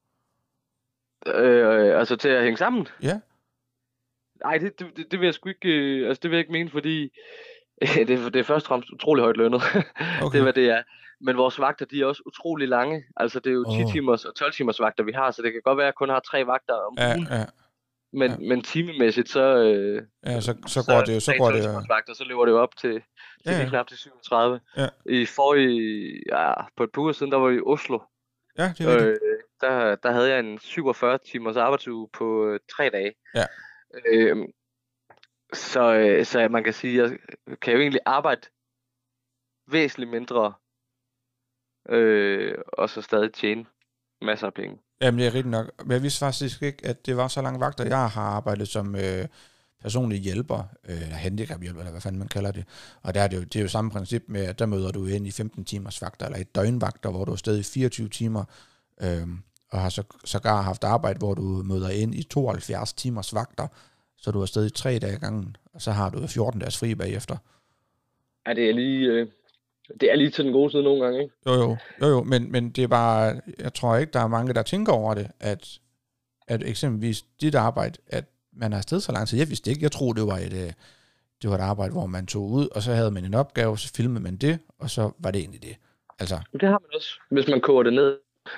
altså til at hænge sammen? Ja. Nej, det vil jeg sgu ikke, altså det vil jeg ikke mene, fordi det er først og fremmest utrolig højt lønnet. Okay. Det er, hvad det er. Men vores vagter, de er også utrolig lange. Altså det er jo 10 timers og 12 timers vagter, vi har, så det kan godt være, at jeg kun har 3 vagter om ugen. Ja. Men timemæssigt, så går det vagter, så løber det jo op til lige knap til 37. Ja. I forrige, på et par uger siden, der var vi i Oslo. Ja, det er rigtigt. Der havde jeg en 47 timers arbejdsuge på 3 dage. Ja. Så man kan sige, jeg kan jo egentlig arbejde væsentligt mindre, og så stadig tjene masser af penge. Jamen det er rigtigt nok. Men jeg vidste faktisk ikke, at det var så lange vagter. Jeg har arbejdet som personlig hjælper, eller handicaphjælper, eller hvad fanden man kalder det. Og der er det er jo samme princip med, at der møder du ind i 15 timers vagter, eller et døgnvagter, hvor du er stadig 24 timer, og har sågar haft arbejde, hvor du møder ind i 72 timers vagter, så du er stadig 3 dage gangen. og så har du 14 dages fri bagefter. Ja, det er lige til den gode side nogle gange, ikke? Jo, men det er bare, jeg tror ikke, der er mange, der tænker over det, at eksempelvis dit arbejde, at man har afsted så lang tid. Jeg vidste ikke, jeg troede, det var et arbejde, hvor man tog ud, og så havde man en opgave, så filmede man det, og så var det egentlig det. Altså. Det har man også, hvis man koger det ned.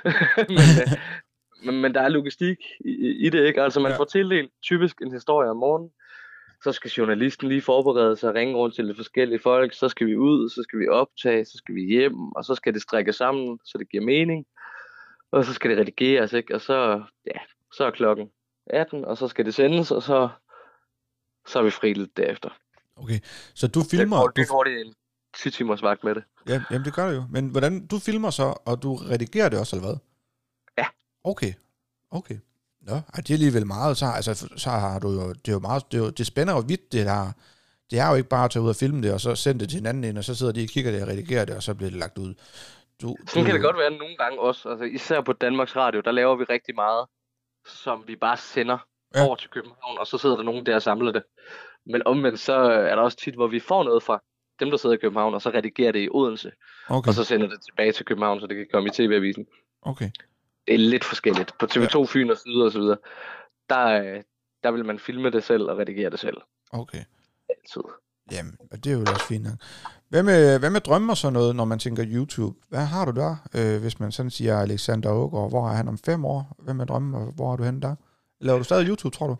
men der er logistik i det, ikke? Altså man får tildelt typisk en historie om morgenen, så skal journalisten lige forberede sig og ringe rundt til de forskellige folk, så skal vi ud, så skal vi optage, så skal vi hjem, og så skal det strikkes sammen, så det giver mening, og så skal det redigeres, ikke? Og så er klokken 18, og så skal det sendes, og så er vi fri lidt derefter. Okay, så du filmer... Det går en 10 timers vagt med det. Ja, jamen det gør det jo. Men hvordan, du filmer så, og du redigerer det også, eller hvad? Ja. Okay. Nå, det er alligevel meget, så har du jo, det er jo meget, det spænder jo vidt, det der. Det er jo ikke bare at tage ud og filme det, og så sende det til en anden en, og så sidder de og kigger det og redigerer det, og så bliver det lagt ud. Sådan kan det godt være nogle gange også. Altså, især på Danmarks Radio, der laver vi rigtig meget, som vi bare sender over til København, og så sidder der nogen der og samler det. Men omvendt, så er der også tit, hvor vi får noget fra dem, der sidder i København, og så redigerer det i Odense. Okay. Og så sender det tilbage til København, så det kan komme i TV-avisen. Okay. Det er lidt forskelligt. På TV2 Fyn og så videre, der vil man filme det selv og redigere det selv. Okay. Altid. Jamen, det er jo også fint nok. Hvad med drømme og sådan noget, når man tænker YouTube? Hvad har du der, hvis man sådan siger Alexander Aagaard, hvor er han om 5 år? Hvad med drømme, og hvor er du henne der? Laver du stadig YouTube, tror du?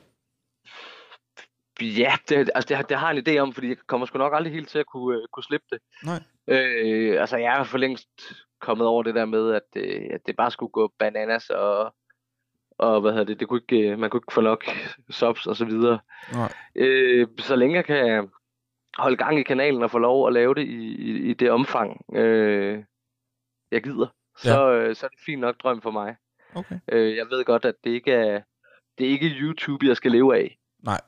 Ja, det har jeg en idé om, fordi jeg kommer sgu nok aldrig helt til at kunne slippe det. Nej. Altså, jeg er for længst kommet over det der med, at det bare skulle gå bananas, og hvad hedder det, man kunne ikke få nok subs og så videre. Nej. Så længe jeg kan holde gang i kanalen og få lov at lave det i det omfang, jeg gider, så er det fint nok drøm for mig. Okay. Jeg ved godt, at det ikke er YouTube, jeg skal leve af. Nej.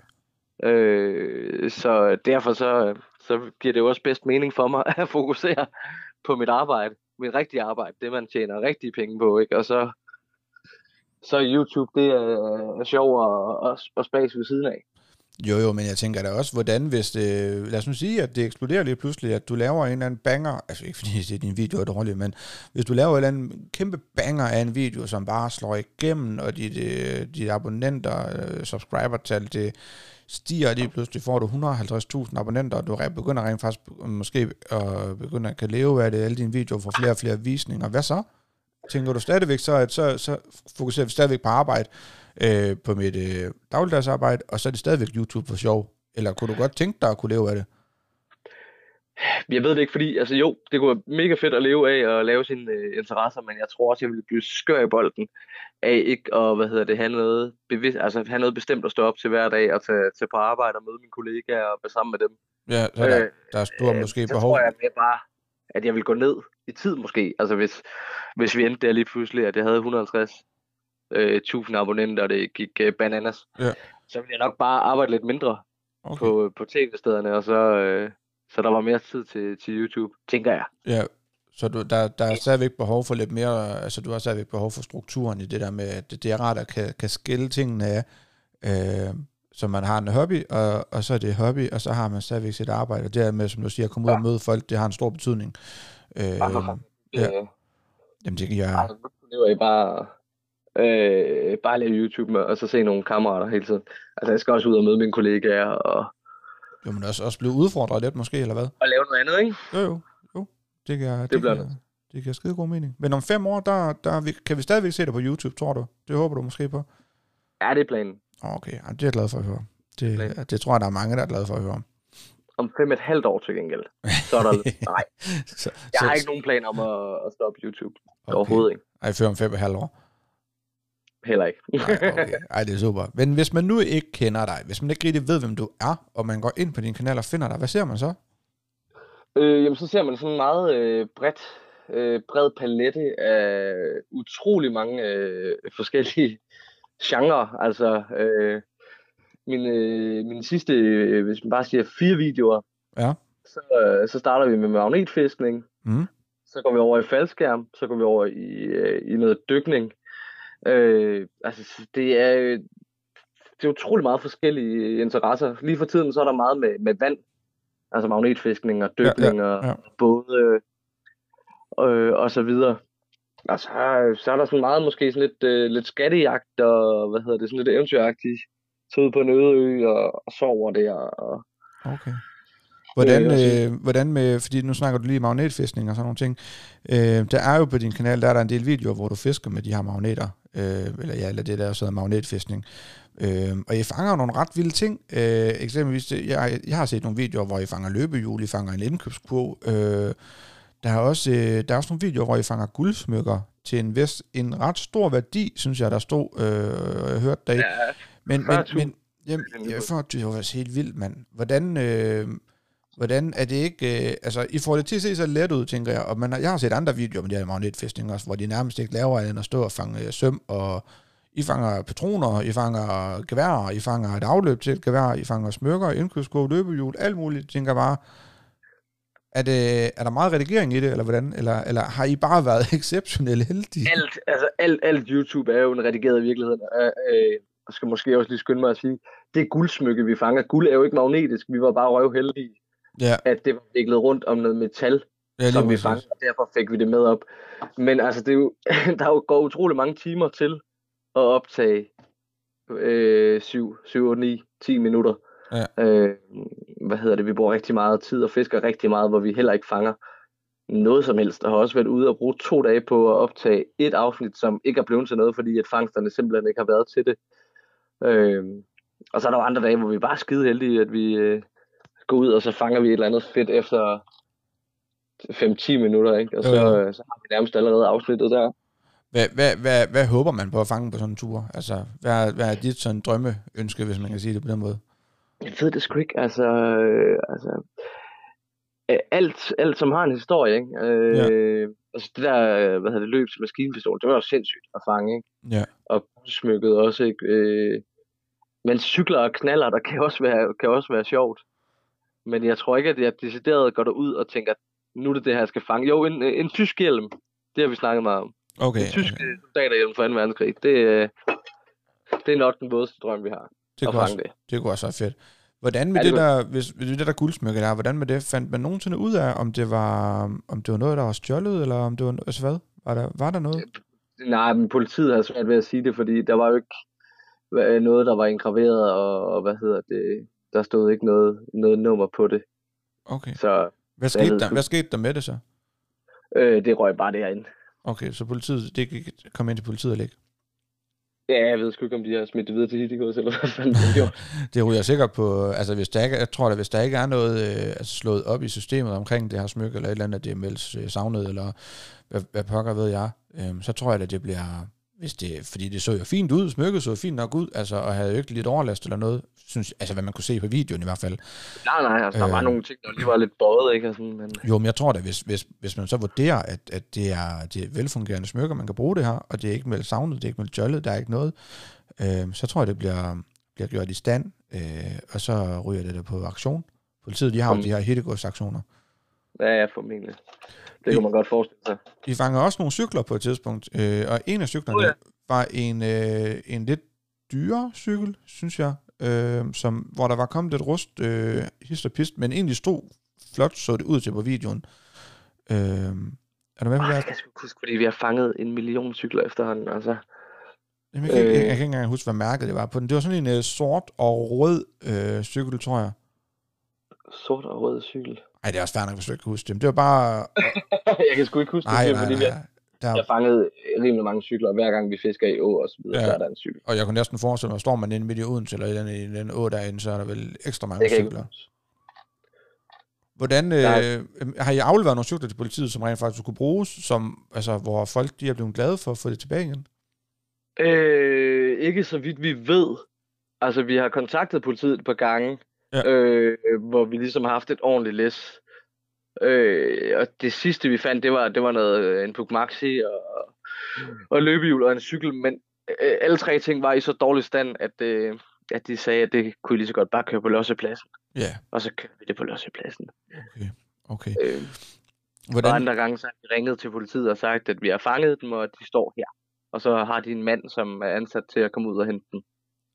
Så derfor så giver det jo også bedst mening for mig at fokusere på mit arbejde, mit rigtige arbejde, det man tjener rigtige penge på, ikke? Og så YouTube, det er sjov og spas ved siden af. Jo, men jeg tænker da også, hvordan hvis det, lad os nu sige, at det eksploderer lige pludselig, at du laver en eller anden banger, altså ikke fordi din video er dårlig, men hvis du laver en eller anden kæmpe banger af en video, som bare slår igennem, og de abonnenter, subscriber-tal, det stiger lige pludselig, får du 150.000 abonnenter, og du begynder rent faktisk måske at begynde at kan leve af det, alle dine videoer får flere og flere visninger. Hvad så? Tænker du stadigvæk så fokuserer vi stadigvæk på arbejde, på mit dagligdagsarbejde, og så er det stadigvæk YouTube for sjov? Eller kunne du godt tænke dig at kunne leve af det? Jeg ved det ikke, fordi altså jo, det kunne være mega fedt at leve af og lave sine interesser, men jeg tror også, jeg ville blive skør i bolden af ikke at, have noget bevidst, altså have noget bestemt at stå op til hver dag og tage på arbejde og møde mine kollegaer og være sammen med dem. Ja, så der er stor måske behov. Så tror jeg mere bare, at jeg vil gå ned i tid måske. Altså hvis vi endte der lige pludselig, at jeg havde 150.000 abonnenter, og det gik bananas, så ville jeg nok bare arbejde lidt mindre på tv-stederne, og så der var mere tid til YouTube, tænker jeg. Ja, så der er stadigvæk behov for lidt mere, altså du har stadigvæk behov for strukturen i det der med, at det er rart at kan skille tingene af, så man har en hobby, og så er det hobby, og så har man stadigvæk sit arbejde, og dermed, som du siger, at komme ud og møde folk, det har en stor betydning. Jamen det kan jeg... Det var bare lave YouTube med, og så se nogle kammerater hele tiden. Altså jeg skal også ud og møde mine kollegaer, og... Jo, men også blive udfordret lidt måske, eller hvad? Og lave noget andet, ikke? Jo. Det giver skide god mening. Men om 5 år, kan vi stadigvæk se dig på YouTube, tror du? Det håber du måske på? Ja, det er planen. Okay, det er jeg glad for at høre. Det tror jeg, der er mange, der er glade for at høre. Om 5,5 år til gengæld. Så er der... Nej. Jeg har ikke nogen plan om at stoppe YouTube. Overhovedet ikke. Ej, før om 5,5 år? Heller ikke. Ej, det er super. Men hvis man nu ikke kender dig, hvis man ikke rigtig ved, hvem du er, og man går ind på din kanal og finder dig, hvad ser man så? Jamen, så ser man sådan en meget bred palette af utrolig mange forskellige genrer. Altså, min sidste, hvis man bare siger 4 videoer, så starter vi med magnetfiskning, så går vi over i faldskærm, så går vi over i noget dykning. Altså, det er det er utrolig meget forskellige interesser. Lige for tiden, så er der meget med vand, altså magnetfiskning og Ja, ja, dykning og ja. både og så videre. Og så er der sådan meget måske sådan lidt skattejagt og hvad hedder det, sådan lidt eventyragtigt. Så ud på en øde ø og sover der og, Okay. og så, Hvordan med, fordi nu snakker du lige magnetfiskning og sådan nogle ting. Der er jo på din kanal, der er der en del videoer, hvor du fisker med de her magneter, eller det der, så hedder magnetfiskning. Og I fanger nogle ret vilde ting. Eksempelvis, jeg har set nogle videoer, hvor I fanger løbehjul, I fanger en indkøbskurv. Der er også nogle videoer, hvor I fanger guldsmykker til en ret stor værdi, synes jeg, der stod, og jeg hørte deri. ja, Men 40.000. jeg får det var faktisk helt vildt, mand. Hvordan er det ikke... altså, I får det til at se så let ud, tænker jeg. Og jeg har set andre videoer med de her magnetfiskning også, hvor de nærmest ikke laver end at stå og fange søm, og I fanger patroner, I fanger geværer, I fanger et afløb til et gevær, I fanger smykker, indkøbskurv, løbehjul, alt muligt, tænker jeg bare. Er der meget redigering i det, eller hvordan? Eller har I bare været exceptionelt heldige? Alt YouTube er jo en redigeret virkelighed. Jeg skal måske også lige skynde mig at sige, det er guldsmykke, vi fanger. Guld er jo ikke magnetisk, vi var bare røvheldige, Ja. at det var viklet rundt om noget metal, Ja, som vi fanger, og derfor fik vi det med op. Men altså, det er jo, der går utrolig mange timer til at optage 7, 8, 9, 10 minutter. Ja. Vi bruger rigtig meget tid og fisker rigtig meget, hvor vi heller ikke fanger noget som helst. Og har også været ude og bruge 2 dage på at optage et afsnit, som ikke er blevet til noget, fordi at fangsterne simpelthen ikke har været til det. Og så er der jo andre dage, hvor vi bare er skide heldige, at vi går ud, og så fanger vi et eller andet fedt efter 5-10 minutter, ikke? Og så har vi nærmest allerede afsnittet der. Hvad håber man på at fange på sådan en tur? Altså, hvad er dit sådan drømmeønske, hvis man kan sige det på den måde? Jeg ved det sgu ikke, altså alt som har en historie, ikke? Altså det der, løb til maskinpistol, det var jo sindssygt at fange, ikke? Ja. Og smykket også, ikke? Men cykler og knaller, der kan også være sjovt. Men jeg tror ikke, at jeg decideret går derud og tænker, nu er det her, jeg skal fange. Jo, en tysk hjelm, det har vi snakket meget om. Okay. En tysk soldaterhjelm fra 2. verdenskrig, det er nok den vådeste drøm, vi har. Det kunne også være fedt. Hvordan med det der guldsmykke der, hvordan med det, fandt man nogensinde ud af, om det var noget, der var stjålet, eller om det var, altså hvad? Var der noget? Nej, men politiet har svært ved at sige det, fordi der var jo ikke noget, der var indgraveret, og der stod ikke noget nummer på det. Okay. Så hvad skete der med det så? Det røg bare derinde. Okay, så det kom ind til politiet og ligge? Ja, jeg ved sgu ikke, om de har smidt det videre til Hittigås, eller hvad fanden de gjorde. Det ryger sikkert på, altså hvis der ikke, jeg tror da, hvis der ikke er noget slået op i systemet omkring det her smykke, eller et eller andet, at det er meldt savnet, eller hvad pokker ved jeg, så tror jeg, at det bliver, fordi det så jo fint ud, smykket så fint nok ud, altså, og havde jo ikke lidt overlast eller noget, synes, altså hvad man kunne se på videoen i hvert fald. Nej, altså der var nogle ting, der lige var lidt bøjet, ikke? Altså, men... Jo, men jeg tror da, hvis man så vurderer, at det er velfungerende smykker, man kan bruge det her, og det er ikke meldt savnet, det er ikke meldt jollet, der er ikke noget, så tror jeg, det bliver gjort i stand, og så ryger det der på aktion. Politiet, de har jo de her hittegårdsaktioner. Ja, formentlig. Det kunne man godt forestille sig. De fanger også nogle cykler på et tidspunkt, og en af cyklerne var en lidt dyre cykel, synes jeg, hvor der var kommet lidt rust, hist og pist, men egentlig stod flot, så det ud til på videoen. Er du med på det? Jeg kan sgu huske, fordi vi har fanget 1 million cykler efterhånden, altså. Jamen, jeg kan ikke engang huske, hvad mærket det var på den. Det var sådan en sort og rød cykel, tror jeg. Sort og rød cykel? Nej, det er også færdigt, hvis du ikke kan huske det. Det var bare... jeg kan sgu ikke huske det, fordi vi har fanget rimelig mange cykler, og hver gang vi fisker i å og så videre, så er der en cykel. Og jeg kunne næsten forestille mig, at står man inde midt i Odense, eller i den å derinde, så er der vel ekstra mange cykler. Hvordan har I afleveret nogle cykler til politiet, som rent faktisk kunne bruges, som, altså, hvor folk de er blevet glade for at få det tilbage igen? Ikke så vidt vi ved. Altså, vi har kontaktet politiet et par gange, hvor vi ligesom har haft et ordentligt læs. Og det sidste vi fandt, det var noget, en Puk Maxi og løbehjul og en cykel, men alle 3 ting var i så dårlig stand, at de sagde, at det kunne I lige så godt bare køre på lossepladsen. Ja. Og så kører vi det på lossepladsen. Okay. Og andre gange så har de ringet til politiet og sagt, at vi har fanget dem, og at de står her. Og så har de en mand, som er ansat til at komme ud og hente dem.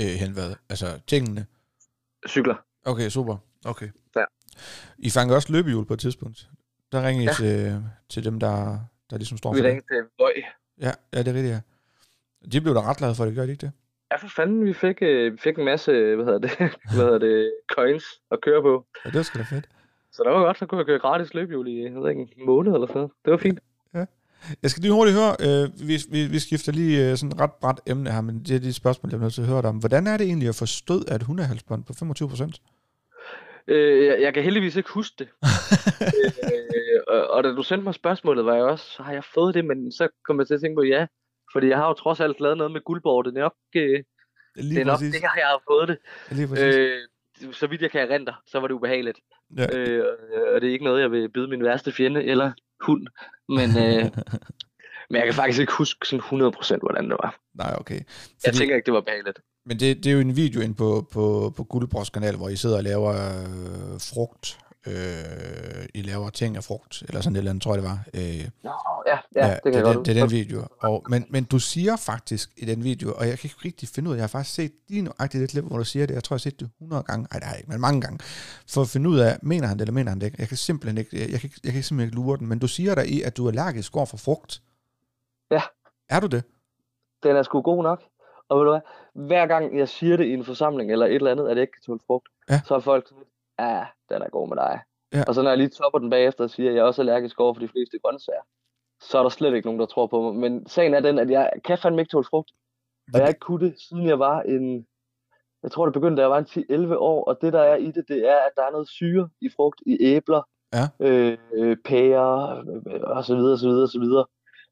hen hvad? Altså tingene? Cykler. Okay, super. Okay. Ja. I fanger også løbehjul på et tidspunkt. Der ringer I Ja. til dem, der ligesom står Vi for det. ringede til Bøj. Ja, det er rigtigt, ja. De blev da ret glade for det, gør de ikke det? Ja, for fanden, vi fik en masse, coins at køre på. Ja, det var sgu da fedt. Så det var godt, så kunne jeg køre gratis løbehjul i, jeg ved ikke, en måned eller sådan noget. Det var fint. Ja. Jeg skal lige hurtigt høre, vi skifter lige sådan et ret bræt emne her, men det er de spørgsmål, jeg er nødt til at høre dig om. Hvordan er det egentlig at forstå, at hundehalsbånd på 25%? Jeg kan heldigvis ikke huske det. Og da du sendte mig spørgsmålet, var jeg også, så har jeg fået det, men så kom jeg til at tænke på, ja. Fordi jeg har jo trods alt lavet noget med Guldborg. Det er nok, det jeg har fået det. Lige præcis. Så vidt jeg kan erindre, så var det ubehageligt. Ja. Og det er ikke noget, jeg vil byde min værste fjende eller hund. Men jeg kan faktisk ikke huske sådan 100% hvordan det var. Nej, okay. Jeg tænker ikke, det var behageligt. Men det er jo en video ind på Guldborgs kanal, hvor I sidder og laver frugt. I laver ting af frugt, eller sådan et eller andet, tror jeg det var. Ja, det kan jeg godt. Det er den video. Men du siger faktisk i den video, og jeg kan ikke rigtig finde ud af, jeg har faktisk set lige nøjagtigt det klip, hvor du siger det, jeg tror, jeg har set det 100 gange, nej, det har jeg ikke, men mange gange, for at finde ud af, mener han det, eller mener han det ikke. Jeg kan simpelthen ikke lure den, men du siger der i, at du er allergisk over for frugt. Ja. Er du det? Den er sgu god nok. Og ved du hvad, hver gang jeg siger det i en forsamling, eller et eller andet, at jeg ikke kan tåle frugt, så er folk sådan, den er god med dig. Ja. Og så når jeg lige topper den bagefter og siger, at jeg er også allergisk over for de fleste grøntsager, så er der slet ikke nogen, der tror på mig. Men sagen er den, at jeg kan fandme ikke tåle frugt. Og jeg har ikke kunnet det, siden jeg var jeg tror det begyndte, da jeg var en 10-11 år, og det der er i det, det er, at der er noget syre i frugt, i æbler, pærer, og så videre, så videre, så videre.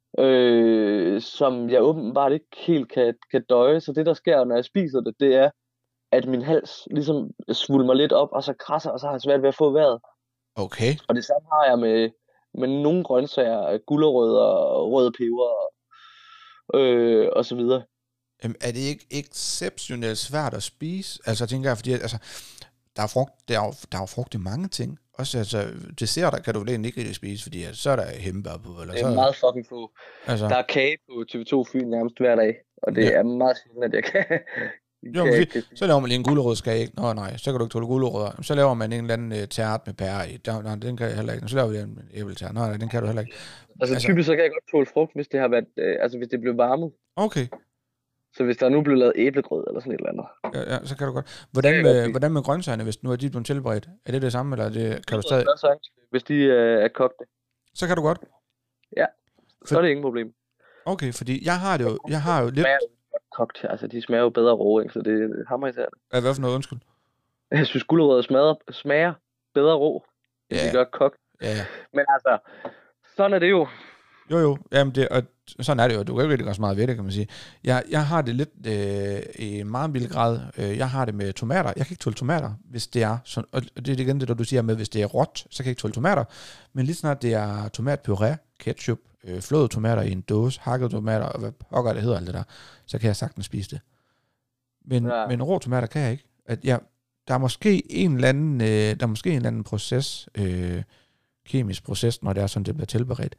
Som jeg åbenbart ikke helt kan døje. Så det der sker, når jeg spiser det, det er, at min hals ligesom svulmer lidt op, og så krasser, og så har jeg svært ved at få vejret. Okay. Og det samme har jeg med nogle grøntsager, gulerødder, røde peber, og så videre. Er det ikke exceptionelt svært at spise? Altså, jeg tænker, fordi der er jo frugt i mange ting. Også altså, desserter kan du vel egentlig ikke rigtig spise, fordi så er der hembær på. Eller det er meget fucking få. Altså, der er kage på TV2 Fyn nærmest hver dag, og det er meget sjældent, at jeg kan. Så laver man lige en gulerodskage, ikke? Nå nej, så kan du ikke tåle gulerødder. Så laver man en eller anden tært med pærer i. Nej, den kan jeg heller ikke. Så laver vi en æbletært. Nej, den kan du heller ikke. Altså typisk så kan jeg godt tåle frugt, hvis det har været, hvis det blev varmet. Okay. Så hvis der nu blev lavet æblegrød eller sådan et eller Ja, andet. så kan du godt. Hvordan med grøntsagerne, hvis nu er de blevet tilberedt? Er det det samme, eller kan du stadig? Hvis de er kogte. Så kan du godt? Ja, så er det ingen problem. Okay, fordi jeg har jo lidt... Kogt, altså de smager jo bedre rå, ikke? Så det hammer især det. Hvad for noget, undskyld? Jeg synes, gulerødder smager bedre rå, end de gør kogt. Ja. Men altså, sådan er det jo. Jo, jamen og sådan er det jo. Du kan ikke rigtig gøre så meget ved det, kan man sige. Jeg har det lidt i en meget mild grad. Jeg har det med tomater. Jeg kan ikke tåle tomater, hvis det er sådan, og det er igen det, du siger med, hvis det er råt, så kan jeg ikke tåle tomater. Men lige snart det er tomatpuré, ketchup, flåede tomater i en dåse, hakkede tomater, og hvad pokker det hedder alt det der, så kan jeg sagtens spise det. Men rå tomater kan jeg ikke. Der er måske en eller anden proces, kemisk proces, når det er sådan, det bliver tilberedt.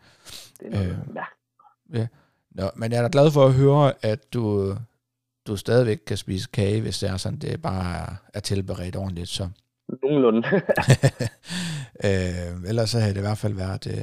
Ja. Nå, men jeg er da glad for at høre, at du stadigvæk kan spise kage, hvis det er sådan, det bare er tilberedt ordentligt. Så. Nogenlunde. Ellers så havde det i hvert fald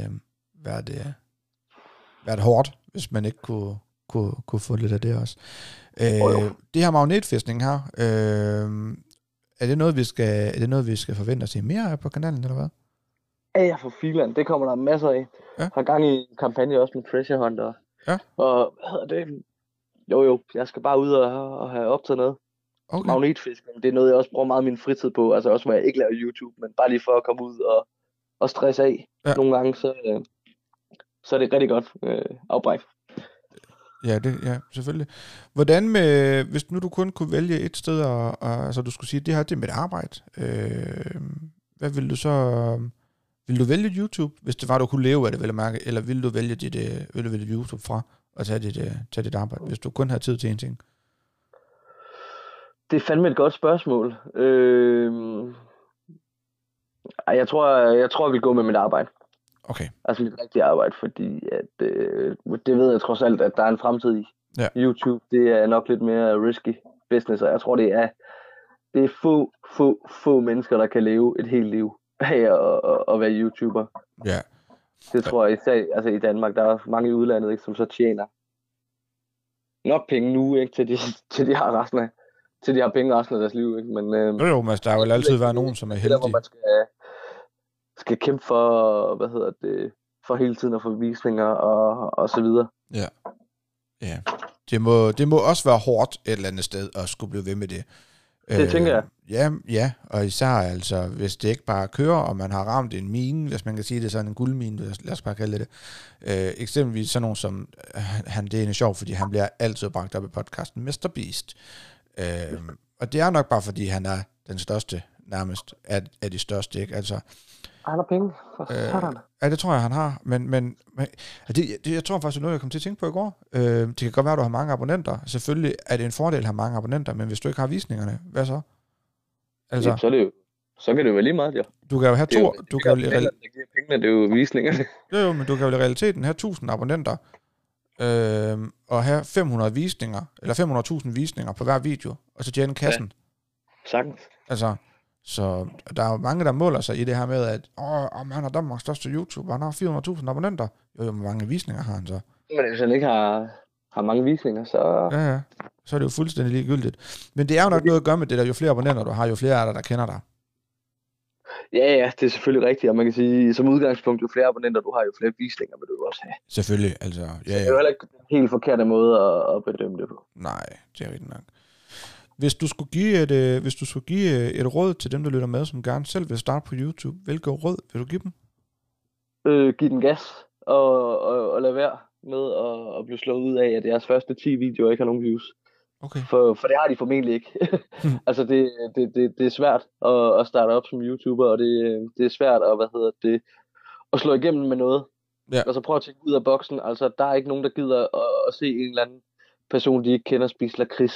været hårdt, hvis man ikke kunne få lidt af det også. Det her magnetfiskning her, er det noget, vi skal forvente at se mere af på kanalen, eller hvad? Ja, for filan. Det kommer der masser af. Ja. Har gang i en kampagne også med Treasure Hunter. Ja. Og hvad hedder det? Jo, jeg skal bare ud og have optaget noget. Okay. Magnetfiskning, det er noget, jeg også bruger meget min fritid på. Altså også, hvor jeg ikke laver YouTube, men bare lige for at komme ud og stresse af. Ja. Nogle gange, så er det et rigtig godt afbræk. Ja, selvfølgelig. Hvordan med, hvis nu du kun kunne vælge et sted, og altså du skulle sige, det her det er mit arbejde, hvad vil du så... Vil du vælge YouTube, hvis det var, du kunne leve af det, vil jeg mærke, eller vil du vælge YouTube fra og tage dit arbejde, hvis du kun har tid til en ting? Det er fandme et godt spørgsmål. Jeg tror, jeg vil gå med mit arbejde. Okay. Altså mit rigtige arbejde, fordi at, det ved jeg trods alt, at der er en fremtid i. Ja. YouTube, det er nok lidt mere risky. business, og jeg tror, det er få mennesker, der kan leve et helt liv af at være YouTuber. Ja. Det tror jeg især, altså i Danmark, der er mange i udlandet, ikke, som så tjener nok penge nu, ikke, til de har penge resten af deres liv, ikke, men Jo, men der vil altid være nogen, som er heldige. Hvor man skal kæmpe for, for hele tiden at få visninger og så videre. Ja. Ja. Det må også være hårdt et eller andet sted at skulle blive ved med det. Det tænker jeg. Ja, og især altså, hvis det ikke bare kører, og man har ramt en mine, hvis man kan sige det, sådan en guldmine, lad os bare kalde det. Eksempelvis sådan nogen som, det er sjovt, fordi han bliver altid bragt op i podcasten, Mr. Beast. Og det er nok bare, fordi han er den største, nærmest, af de største, ikke? Altså, han har penge. Ja, det tror jeg, han har. Men jeg tror faktisk, det er noget, jeg kom til at tænke på i går. Det kan godt være, at du har mange abonnenter. Selvfølgelig er det en fordel at have mange abonnenter, men hvis du ikke har visningerne, hvad så? Altså, ja, så kan det jo være lige meget, ja. Du kan jo have to... Det er jo visningerne. Jo, men du kan jo i realiteten have 1000 abonnenter, og have 500 visninger, eller 500.000 visninger på hver video, og så tjene kassen. Ja, sagtens. Altså... Så der er jo mange, der måler sig i det her med, at han er Danmarks største YouTuber, han har 400.000 abonnenter. Jo, hvor mange visninger har han så? Men hvis han ikke har mange visninger, så... Ja, så er det jo fuldstændig ligegyldigt. Men det er jo nok noget at gøre med det der, jo flere abonnenter du har, jo flere er der kender dig. Ja, det er selvfølgelig rigtigt, og man kan sige, som udgangspunkt, jo flere abonnenter du har, jo flere visninger vil du også have. Selvfølgelig, altså. Ja. Det er jo heller ikke en helt forkert måde at bedømme det på. Nej, det er rigtigt nok. Hvis du skulle give et råd til dem, der lytter med, som gerne selv vil starte på YouTube, hvilket råd vil du give dem? Giv den gas, og lad være med at blive slået ud af, at deres første 10 videoer ikke har nogen views. Okay. For det har de formentlig ikke. Altså det er svært at starte op som YouTuber, og det er svært at slå igennem med noget. Ja. Altså prøv at tænke ud af boksen. Altså der er ikke nogen, der gider at se en eller anden person, de ikke kender, spise lakrids.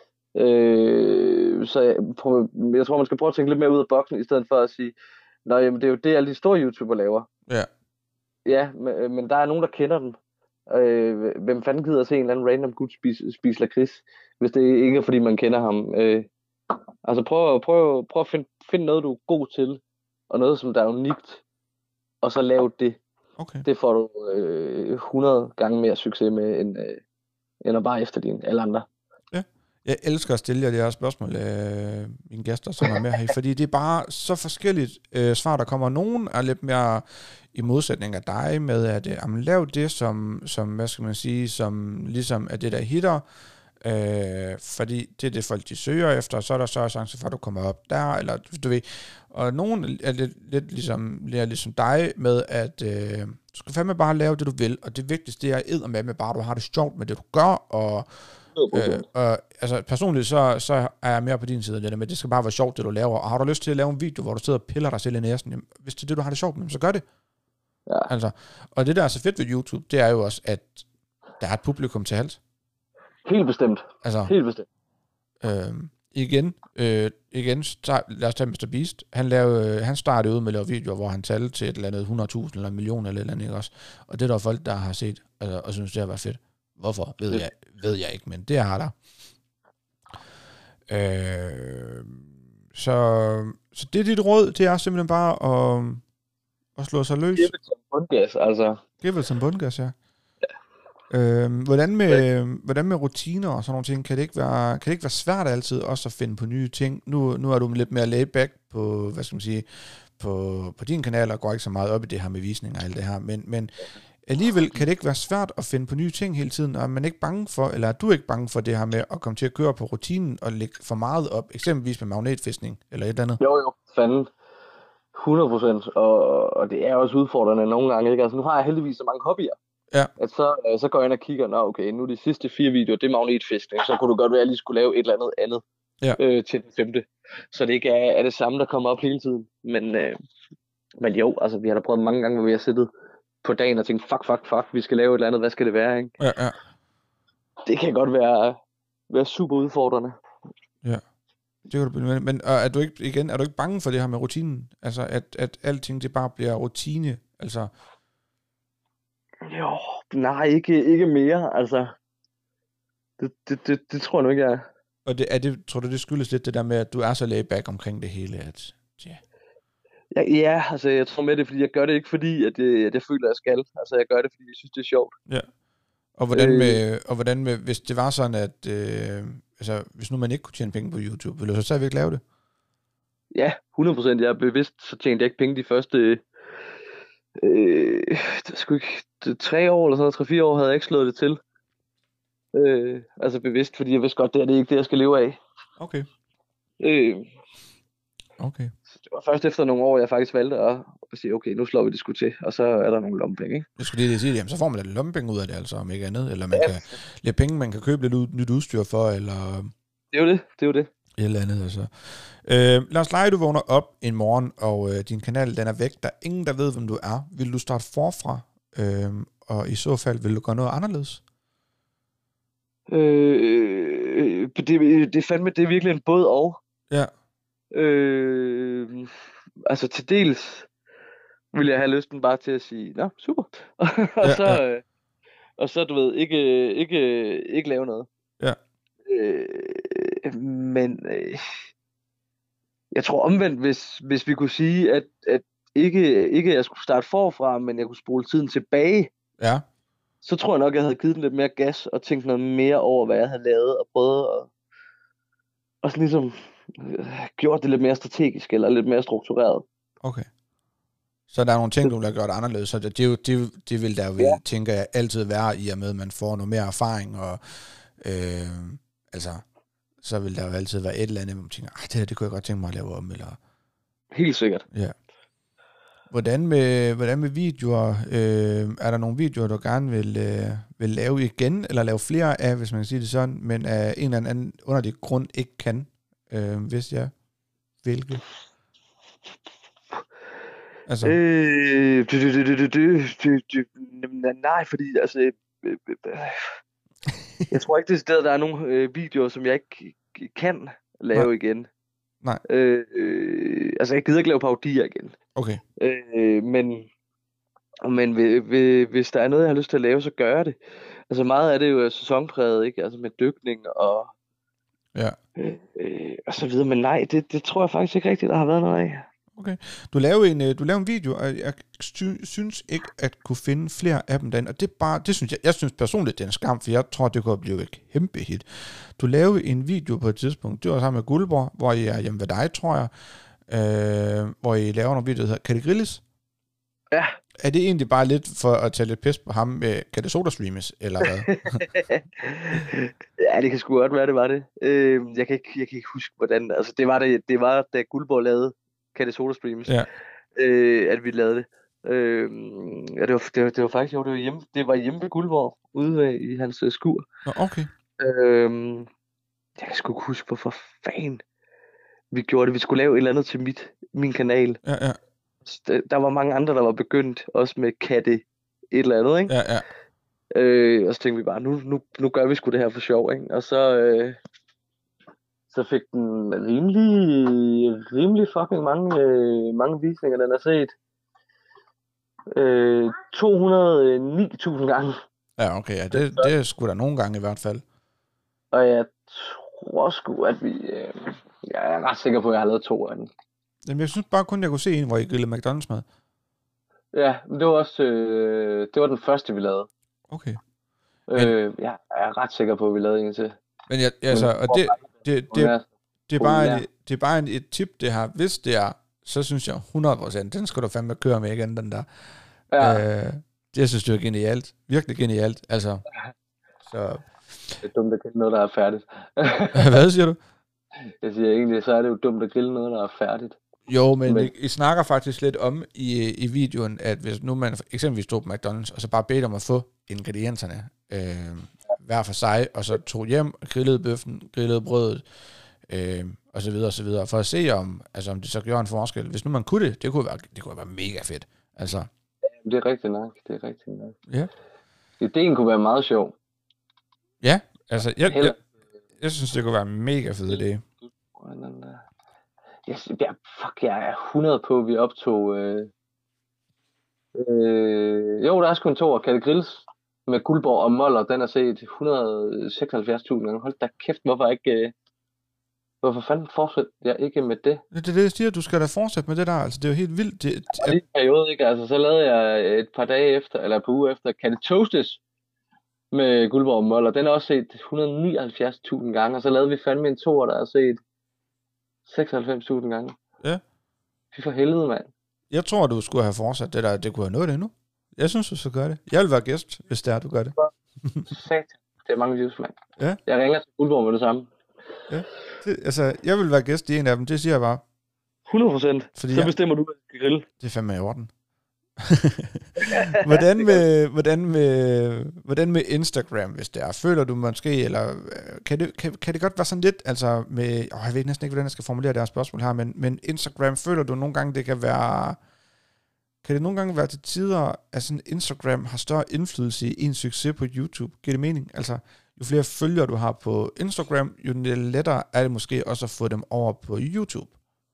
Så jeg tror, man skal prøve at tænke lidt mere ud af boksen, i stedet for at sige, nå, jamen, det er jo det, alle de store YouTuber laver. Ja. Ja, men der er nogen, der kender den. Hvem fanden gider at se en eller anden random gut spise lakrids, hvis det ikke er, fordi man kender ham. Altså prøv at finde noget, du er god til, og noget, som der er unikt, og så lav det. Okay. Det får du 100 gange mere succes med, end at bare efterligne alle andre. Jeg elsker at stille jer det her spørgsmål, mine gæster, som er med her, fordi det er bare så forskelligt svar, der kommer. Nogen er lidt mere i modsætning af dig med, at lav det, som, hvad skal man sige, som ligesom er det, der hitter, fordi det er det, folk de søger efter, og så er der større chance for, at du kommer op der, eller du ved. Og nogen er lidt ligesom dig med, at du skal fandme bare lave det, du vil, og det vigtigste det er eddermame bare, at du har det sjovt med det, du gør, og altså personligt så er jeg mere på din side, det der med, det skal bare være sjovt, det du laver, og har du lyst til at lave en video, hvor du sidder og piller dig selv i næsen, jamen, hvis det er det, du har det sjovt med, så gør det. Ja. Altså, og det der er så fedt ved YouTube, det er jo også, at der er et publikum til alt. Helt bestemt. Altså, helt bestemt. Igen, lad os tage Mr. Beast. Han startede ud med at lave videoer, hvor han talte til et eller andet 100.000 eller 1 million eller et eller andet, ikke også? Og det er der folk, der har set, altså, og synes, det har været fedt. Hvorfor? Ved jeg ikke, men det har der. Så det er dit råd, det er simpelthen bare at slå sig løs. Give it som bundgas, altså. Give it som bundgas, ja. Ja. Hvordan med rutiner og sådan nogle ting? Kan det ikke være svært altid også at finde på nye ting? Nu er du lidt mere laid back på, hvad skal man sige, på din kanal, og går ikke så meget op i det her med visninger og alt det her, men alligevel kan det ikke være svært at finde på nye ting hele tiden, og er man ikke bange for, eller er du ikke bange for det her med at komme til at køre på rutinen og lægge for meget op, eksempelvis med magnetfiskning eller et eller andet? Jo, fanden. 100%, og det er også udfordrende nogle gange, ikke? Altså nu har jeg heldigvis så mange hobbyer, ja. At så går jeg ind og kigger, okay, nu de sidste 4 videoer, det er magnetfiskning, så kunne du godt være, at jeg lige skulle lave et eller andet til den 5. Så det ikke er det samme, der kommer op hele tiden. Men jo, altså vi har da prøvet mange gange, hvor vi har siddet på dagen og tænkt, fuck, vi skal lave et eller andet, hvad skal det være, ikke? Ja. Det kan godt være super udfordrende. Ja. Det kan du, men er du ikke bange for det her med rutinen? Altså at alting det bare bliver rutine, altså? Jo, nej, ikke mere, altså. Det tror jeg nu ikke, jeg er. Og tror du, det skyldes lidt det der med, at du er så laid back omkring det hele, at ja. Ja, altså jeg tror med det, fordi jeg gør det ikke fordi, at jeg føler, at jeg skal. Altså jeg gør det, fordi jeg synes, det er sjovt. Ja. Øh, Og hvordan med, hvis det var sådan, at altså, hvis nu man ikke kunne tjene penge på YouTube, ville du så stadigvæk lave det? ja, 100%. Jeg er bevidst, så tjente jeg ikke penge de første det er sgu ikke, 3 år eller sådan noget, 3-4 år havde jeg ikke slået det til. Altså bevidst, fordi jeg vidste godt, det er ikke det, jeg skal leve af. Okay. Øh, Okay. så det var først efter nogle år, jeg faktisk valgte at sige, okay, nu slår vi det sgu til, og så er der nogle lommepenge, ikke? Jeg skulle lige sige, jamen så får man da lidt lommepenge ud af det, altså, om ikke andet. Eller man Ja, kan lidt penge, man kan købe lidt nyt udstyr for, eller det er jo det, det er jo det. et eller andet, altså. Lad os lege, du vågner op en morgen, og din kanal, den er væk. Der er ingen, der ved, hvem du er. Vil du starte forfra? Og i så fald, vil du gøre noget anderledes? Det er fandme, det er virkelig en både og. Ja. Altså til dels vil jeg have lysten bare til at sige, nå, super. og Ja, så, ja. og så, du ved, ikke lave noget. Ja. Men jeg tror omvendt, hvis vi kunne sige, at ikke jeg skulle starte forfra, men jeg kunne spole tiden tilbage, Ja. så tror jeg nok, jeg havde givet den lidt mere gas og tænkt noget mere over, hvad jeg havde lavet og prøvet og sådan ligesom gjort det lidt mere strategisk eller lidt mere struktureret. Okay. Så der er nogle ting, du vil have gjort anderledes, så det vil der jo, Ja. tænker jeg, altid være i og med, at man får noget mere erfaring, og altså, så vil der jo altid være et eller andet, hvor man tænker, det her, det kunne jeg godt tænke mig at lave om, eller... Helt sikkert. Ja. Hvordan med videoer? Er der nogle videoer, du gerne vil lave igen, eller lave flere af, hvis man kan sige det sådan, men af en eller anden underlig grund ikke kan? Hvis jeg hvilke? Altså. Nej, fordi altså, jeg tror ikke, det er stedet, der er nogle videoer, som jeg ikke kan lave igen. Nej. Altså, jeg gider ikke lave parodier igen. Okay. Men hvis der er noget, jeg har lyst til at lave, så gør jeg det. Altså, meget af det er jo sæsonpræget, ikke? Altså med dykning og og så videre. Men nej, det tror jeg faktisk ikke rigtigt, der har været noget af. Okay. Du laver en video, og jeg synes ikke at kunne finde flere af dem derinde, og det synes jeg synes personligt, det er en skam, for jeg tror, det kunne blive et kæmpe hit. Du lavede en video på et tidspunkt, det var sammen med Guldborg, hvor I er hjemme ved dig, tror jeg, hvor I laver nogle videoer, der hedder, kan det grilles? Ja. Er det egentlig bare lidt for at tage lidt pis på ham med, kan det soda streames, eller hvad? Ja, det kan sgu godt være, det var det. Jeg kan ikke huske, hvordan, altså det var da Guldborg lavede Kan det soda streames, Ja. at vi lavede det. Ja, det var faktisk, jo, det var hjemme ved Guldborg, ude i hans skur. Nå, okay. Jeg kan sgu ikke huske, hvorfor fanden vi gjorde det. Vi skulle lave et eller andet til min kanal. Ja, ja. Der var mange andre, der var begyndt, også med katte et eller andet, ikke? Ja, ja. Og så tænkte vi bare, nu gør vi sgu det her for sjov, ikke? Og så fik den rimelig fucking mange visninger. Den har set 209.000 gange. Ja, okay. Ja, det er sgu da nogle gange i hvert fald. Og jeg tror sgu, at jeg er ret sikker på, at jeg har lavet 2 af den. Jamen, jeg synes bare kun, jeg kunne se en, hvor I grillede McDonald's mad. Ja, men det var også det var den første, vi lavede. Okay. Jeg er ret sikker på, at vi lavede en til. Men og det er bare et tip, det her. Hvis det er, så synes jeg 100%, den skal du fandme køre med igen, den der. Ja. Det synes jeg er genialt. Virkelig genialt. Altså, så... Det er dumt at grille noget, der er færdigt. Hvad siger du? Jeg siger egentlig, så er det jo dumt at grille noget, der er færdigt. Jo, men I snakker faktisk lidt om i videoen, at hvis nu man eksempelvis stod på McDonald's, og så bare bedte om at få ingredienserne hver for sig, og så tog hjem og grillede bøffen, grillede brødet, og så videre, for at se om det så gjorde en forskel. Hvis nu man kunne det kunne være mega fedt. Altså. Det er rigtigt nok, Ja. Ideen kunne være meget sjov. Ja, altså, jeg synes, det kunne være mega fed idé. Jeg er 100 på, at vi optog... jo, der er sgu en 2, kan det grilles med Guldborg og Moller. Den er set 176.000 gange. Hold da kæft, hvorfor ikke Hvorfor fanden fortsætter jeg ikke med det? Det er det, jeg siger, du skal da fortsætte med det der. Altså, det er jo helt vildt. Og lige en periode, ikke? Altså, så lavede jeg et par dage efter, eller et par uger efter, Kan det toastes? Med Guldborg Møller. Den er også set 179.000 gange, og så lavede vi fandme en toer, der er set 96.000 gange. Ja. Fy for helvede, mand. Jeg tror, du skulle have fortsat det der. Det kunne have nået det endnu. Jeg synes, du skal gøre det. Jeg vil være gæst, hvis det er, du gør det. Satan. Det er mange views, mand. Ja. Jeg ringer til Guldborg med det samme. Ja. Altså, jeg vil være gæst i en af dem. Det siger jeg bare. 100%. Så bestemmer du, at du skal grille. Det er fandme i orden. Hvordan med Instagram, hvis det er? Føler du måske, eller kan det godt være sådan lidt, altså med, jeg ved næsten ikke, hvordan jeg skal formulere det her spørgsmål her, men Instagram, føler du nogle gange, kan det nogle gange være til tider, at sådan Instagram har større indflydelse i en succes på YouTube? Giver det mening? Altså, jo flere følgere du har på Instagram, jo lettere er det måske også at få dem over på YouTube.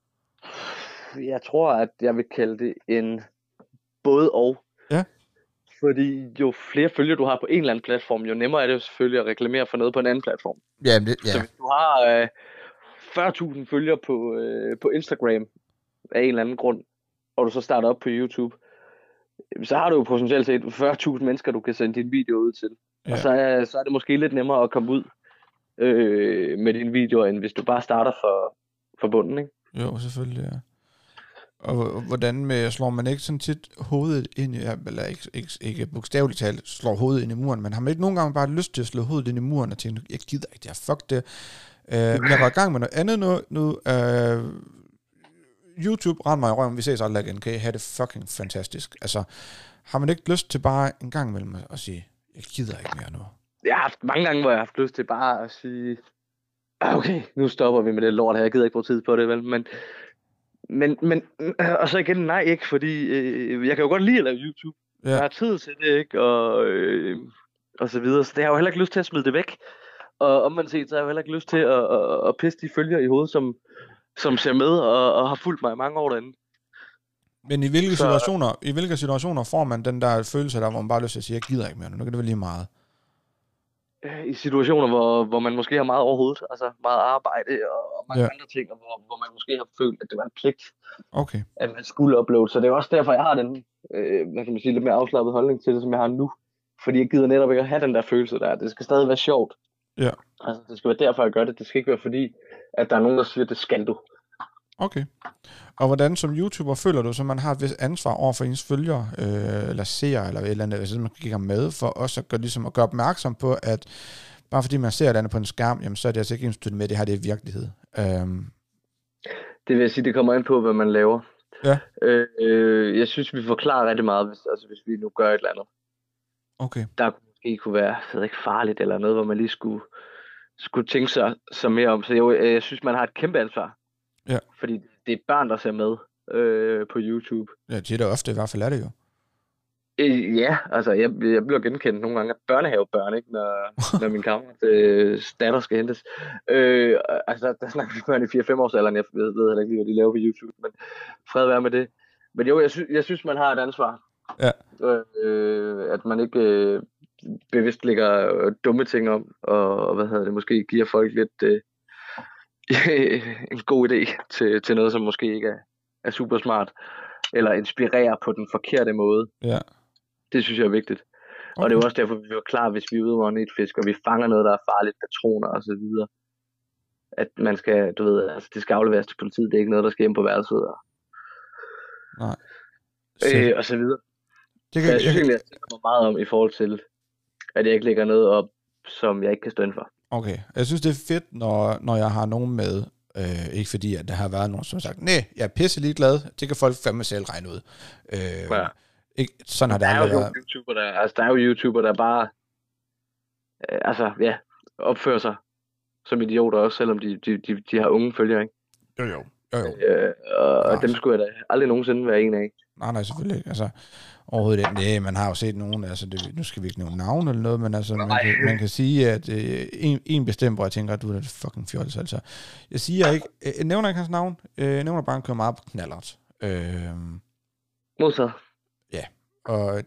Jeg tror, at jeg vil kalde det en både og. Ja. Fordi jo flere følgere du har på en eller anden platform, jo nemmere er det jo selvfølgelig at reklamere for noget på en anden platform. Ja. Så hvis du har 40.000 følgere på Instagram af en eller anden grund, og du så starter op på YouTube, så har du jo potentielt set 40.000 mennesker, du kan sende din video ud til. Ja. Og så er det måske lidt nemmere at komme ud med dine videoer, end hvis du bare starter for bunden, ikke? Jo, selvfølgelig, ja. Og hvordan slår man ikke sådan tit hovedet ind i, eller ikke bogstaveligt talt slår hovedet ind i muren, men har man ikke nogen gange bare lyst til at slå hovedet ind i muren og tænke, jeg gider ikke det her, fuck det. Jeg var i gang med noget andet nu. YouTube, rend mig i røven, vi ses aldrig igen, kan I have det fucking fantastisk. Altså, har man ikke lyst til bare en gang imellem at sige, jeg gider ikke mere nu? Jeg har haft mange gange, hvor jeg har haft lyst til bare at sige, okay, nu stopper vi med det lort her, jeg gider ikke bruge tid på det, vel, men og så igen, nej, ikke, fordi jeg kan jo godt lide at lave YouTube. Ja. Jeg har tid til det, ikke, og så videre, så det har jeg jo heller ikke lyst til at smide det væk. Og omvendt set, så har jeg jo heller ikke lyst til at pisse de følgere i hovedet, som ser med og har fulgt mig i mange år derinde. Men i hvilke situationer får man den der følelse der, hvor man bare har lyst til at sige, jeg gider ikke mere, nu kan det vel lige meget? I situationer, hvor man måske har meget overhovedet, altså meget arbejde og mange andre ting, og hvor man måske har følt, at det var en pligt, at man skulle uploade. Så det er også derfor, jeg har den, hvad kan man sige, lidt mere afslappet holdning til det, som jeg har nu. Fordi jeg gider netop ikke at have den der følelse der. Det skal stadig være sjovt. Ja. Altså, det skal være derfor, jeg gør det. Det skal ikke være fordi, at der er nogen, der siger, at det skal du. Okay. Og hvordan som YouTuber føler du, så man har et vist ansvar over for ens følgere, eller seere, eller et eller andet, altså man kigger med, for også at gøre opmærksom på, at bare fordi man ser et andet på en skærm, jamen, så er det altså ikke ensbetydende med, at det her det er virkelighed. Det vil jeg sige, det kommer ind på, hvad man laver. Ja. Jeg synes, vi forklarer rigtig meget, hvis vi nu gør et eller andet. Okay. Der måske kunne være så ikke farligt, eller noget, hvor man lige skulle tænke sig mere om. Så jeg synes, man har et kæmpe ansvar. Ja. Fordi det er børn, der ser med på YouTube. Ja, det er det ofte, i hvert fald er det jo. Ja, altså jeg bliver genkendt nogle gange af børnehavebørn, ikke, når min kammerat datter skal hentes. Altså der snakker vi børn i 4-5 års alderen, jeg ved heller ikke lige, hvad de laver på YouTube, men fred være med det. Men jo, jeg synes man har et ansvar. Ja. At man ikke bevidst lægger dumme ting om, og måske giver folk lidt en god idé til noget, som måske ikke er super smart, eller inspirerer på den forkerte måde. Ja. Det synes jeg er vigtigt. Okay. Og det er også derfor, vi er klar, hvis vi er ude over et fisk, og vi fanger noget, der er farligt, patroner og så videre. At man skal, altså det skal afleveres til politiet, det er ikke noget, der skal hjem på værelset. Nej. Og så videre. Jeg synes egentlig, jeg tænker mig meget om i forhold til, at jeg ikke lægger noget op, som jeg ikke kan stå inden for. Okay, jeg synes det er fedt, når jeg har nogen med, ikke fordi at der har været nogen, som har sagt, nej, jeg er pisse ligeglad, det kan folk fandme selv regne ud. Ja. Ikke, sådan har det aldrig været. Der er jo YouTuber, der bare opfører sig som idioter også, selvom de har unge følgere, ikke? Jo. Og dem skulle jeg da aldrig nogensinde være en af. Nej, selvfølgelig ikke. Altså, overhovedet ikke. Nej, man har jo set nogen, altså nu skal vi ikke nævne navn eller noget, men altså, man kan sige, at en bestemt, hvor jeg tænker, at du er fucking fjols, altså. Jeg siger ikke, jeg nævner ikke hans navn, jeg nævner bare, at han kører meget på knallert. Modsat. Ja, og det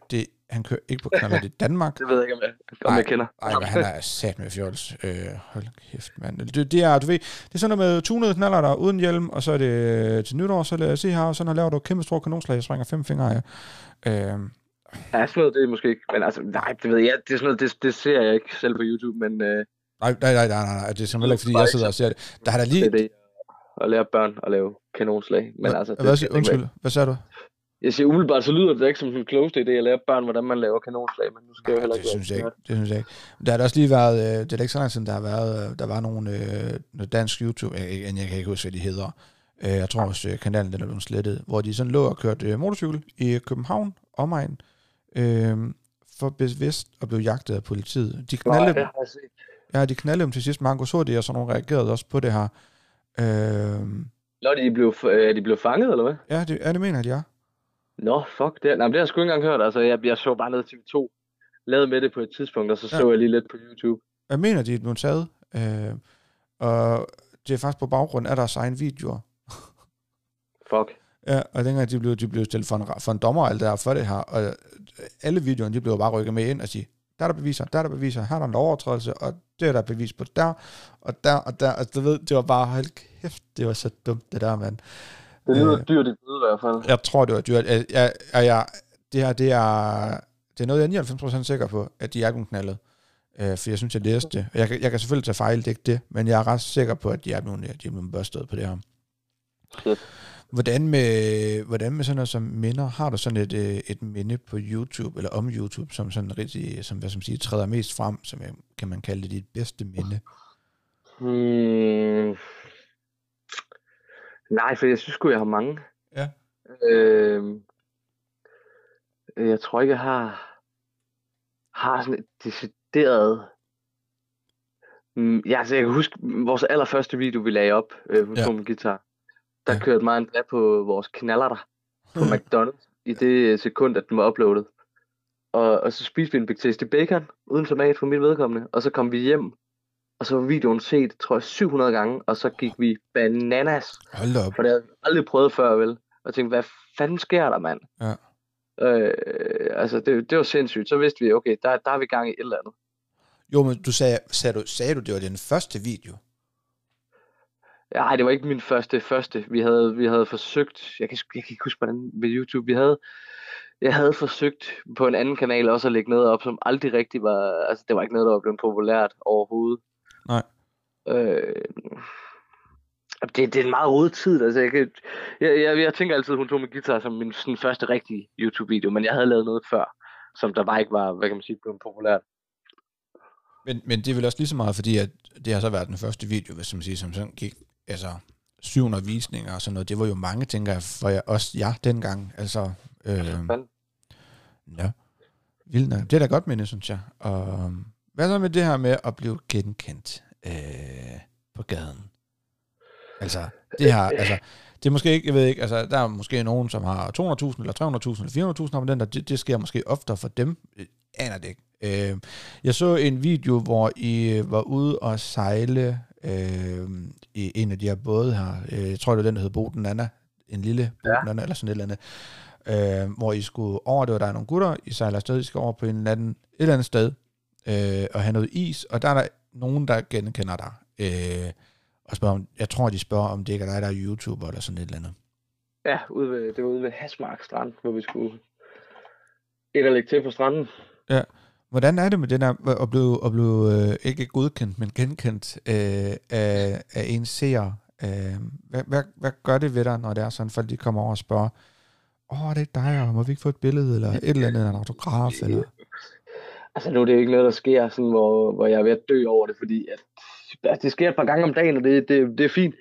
Han kører ikke på knallert i Danmark. Det ved jeg ikke, om jeg kender. Nej, men han er sat med fjols. Hold kæft, mand. Det er, du ved, det er sådan noget med tunede knaller der uden hjelm, og så er det til nytår, så lad os se her, så når laver du kæmpe store kanonslag, jeg springer 5 fingre af. Ja, sådan noget, det er måske ikke, men altså, nej, det ved jeg, det er sådan noget, det ser jeg ikke selv på YouTube, men... Nej, det er simpelthen ikke, fordi jeg sidder og ser det. Der er der lige... Det at lære børn at lave kanonslag, men altså... Undskyld, hvad sagde du? Jeg siger umiddelbart, så lyder det ikke som den klogeste idé at lære børn, hvordan man laver kanonslag, men nu skal jeg jo heller ikke... Det synes jeg ikke. Der har der også lige været, det er ikke så lang tid, der var nogle dansk YouTube, jeg kan ikke huske, hvad de hedder. Jeg tror også, kanalen den er blevet slettet, hvor de sådan lå og kørte motorcykel i København, omegn, for bevidst at blive jagtet af politiet. De knaldede dem til sidst, Marco så det, og så nogle reagerede også på det her. Nå, de blev fanget, eller hvad? Ja, det mener jeg, de er. Nå, fuck det. Nej, det har jeg sgu ikke engang hørt. Altså, jeg så bare noget TV2 lavede med det på et tidspunkt, og så jeg lige lidt på YouTube. Jeg mener, de er blevet taget. Og det er faktisk på baggrund af deres egen videoer. Fuck. Ja, og dengang de blev stillet for en dommer og alt det der for det her, og alle videoerne, de blev bare rykket med ind og sige, der er der beviser, her er der en lovovertrædelse, og det er der bevis på der, og der, og der. Altså, du ved, det var bare, hold kæft, det var så dumt, det der, mand. Det lyder dyrt i bøde i hvert fald. Jeg tror, det var dyrt. Det her, det er noget, jeg er 99% sikker på, at de er kun knaldet. For jeg synes, jeg læste det. Jeg kan selvfølgelig tage fejl, det er ikke det, men jeg er ret sikker på, at de er blevet børstet på det her. Shit. Hvordan med sådan noget som minder? Har du sådan et minde på YouTube, eller om YouTube, som sådan rigtig, som hvad som siger, træder mest frem, som kan man kalde det dit bedste minde? Nej, for jeg synes sgu, jeg har mange. Ja. Jeg tror ikke, jeg har sådan et decideret... altså, jeg kan huske vores allerførste video, vi lagde op på min guitar. Der kørte mig endda på vores knallerter på McDonald's i det sekund, at den var uploadet. Og så spiste vi en Big Tasty Bacon uden tomat for mit vedkommende. Og så kom vi hjem, og så var videoen set, tror jeg, 700 gange. Og så gik vi bananas. Hold op. For det havde jeg aldrig prøvet før, vel? Og tænkte, hvad fanden sker der, mand? Ja. Altså, det var sindssygt. Så vidste vi, okay, der er vi gang i et eller andet. Jo, men du sagde du, det var den første video? Nej, det var ikke min første. Vi havde forsøgt, jeg kan ikke huske, hvordan ved YouTube, jeg havde forsøgt på en anden kanal også at lægge noget op, som aldrig rigtig var, altså det var ikke noget, der var blevet populært overhovedet. Nej. Det er en meget rodet tid, altså jeg tænker altid, hun tog min guitar som min sådan, første rigtige YouTube-video, men jeg havde lavet noget før, som der bare ikke var, hvad kan man sige, blevet populært. Men det er vel også lige så meget, fordi at det har så været den første video, hvis man siger, som sådan gik, altså 700 visninger og sådan noget. Det var jo mange, tænker jeg, for jeg dengang. Altså, ja. Vildt. Det er da godt minde, synes jeg. Og hvad så med det her med at blive genkendt på gaden? Altså, det her, altså, det er måske ikke, jeg ved ikke, altså, der er måske nogen, som har 200.000 eller 300.000 eller 400.000 om den der, det sker måske oftere for dem. Aner det ikke. Jeg så en video, hvor I var ude og sejle i en af de her både her. Jeg tror, det var den, der hed Boden Anna. En lille Boden Anna, eller sådan et eller andet. Hvor I skulle over, det var der nogle gutter, I sejler afsted, I skal over på et eller andet sted og have noget is, og der er der nogen, der genkender dig. Og spørger om, jeg tror, de spørger, om det ikke er dig, der er YouTuber, eller sådan et eller andet. Ja, det var ude ved Hasmark Strand, hvor vi skulle ind og lægge til på stranden. Ja. Hvordan er det med det der at blive ikke godkendt, men genkendt af en seer? Hvad gør det ved dig, når det er sådan, folk de kommer over og spørger, det er dig, og må vi ikke få et billede, eller et eller andet, en autograf, eller... Altså nu er det jo ikke noget, der sker, sådan, hvor jeg er ved at dø over det, fordi at det sker et par gange om dagen, og det er fint.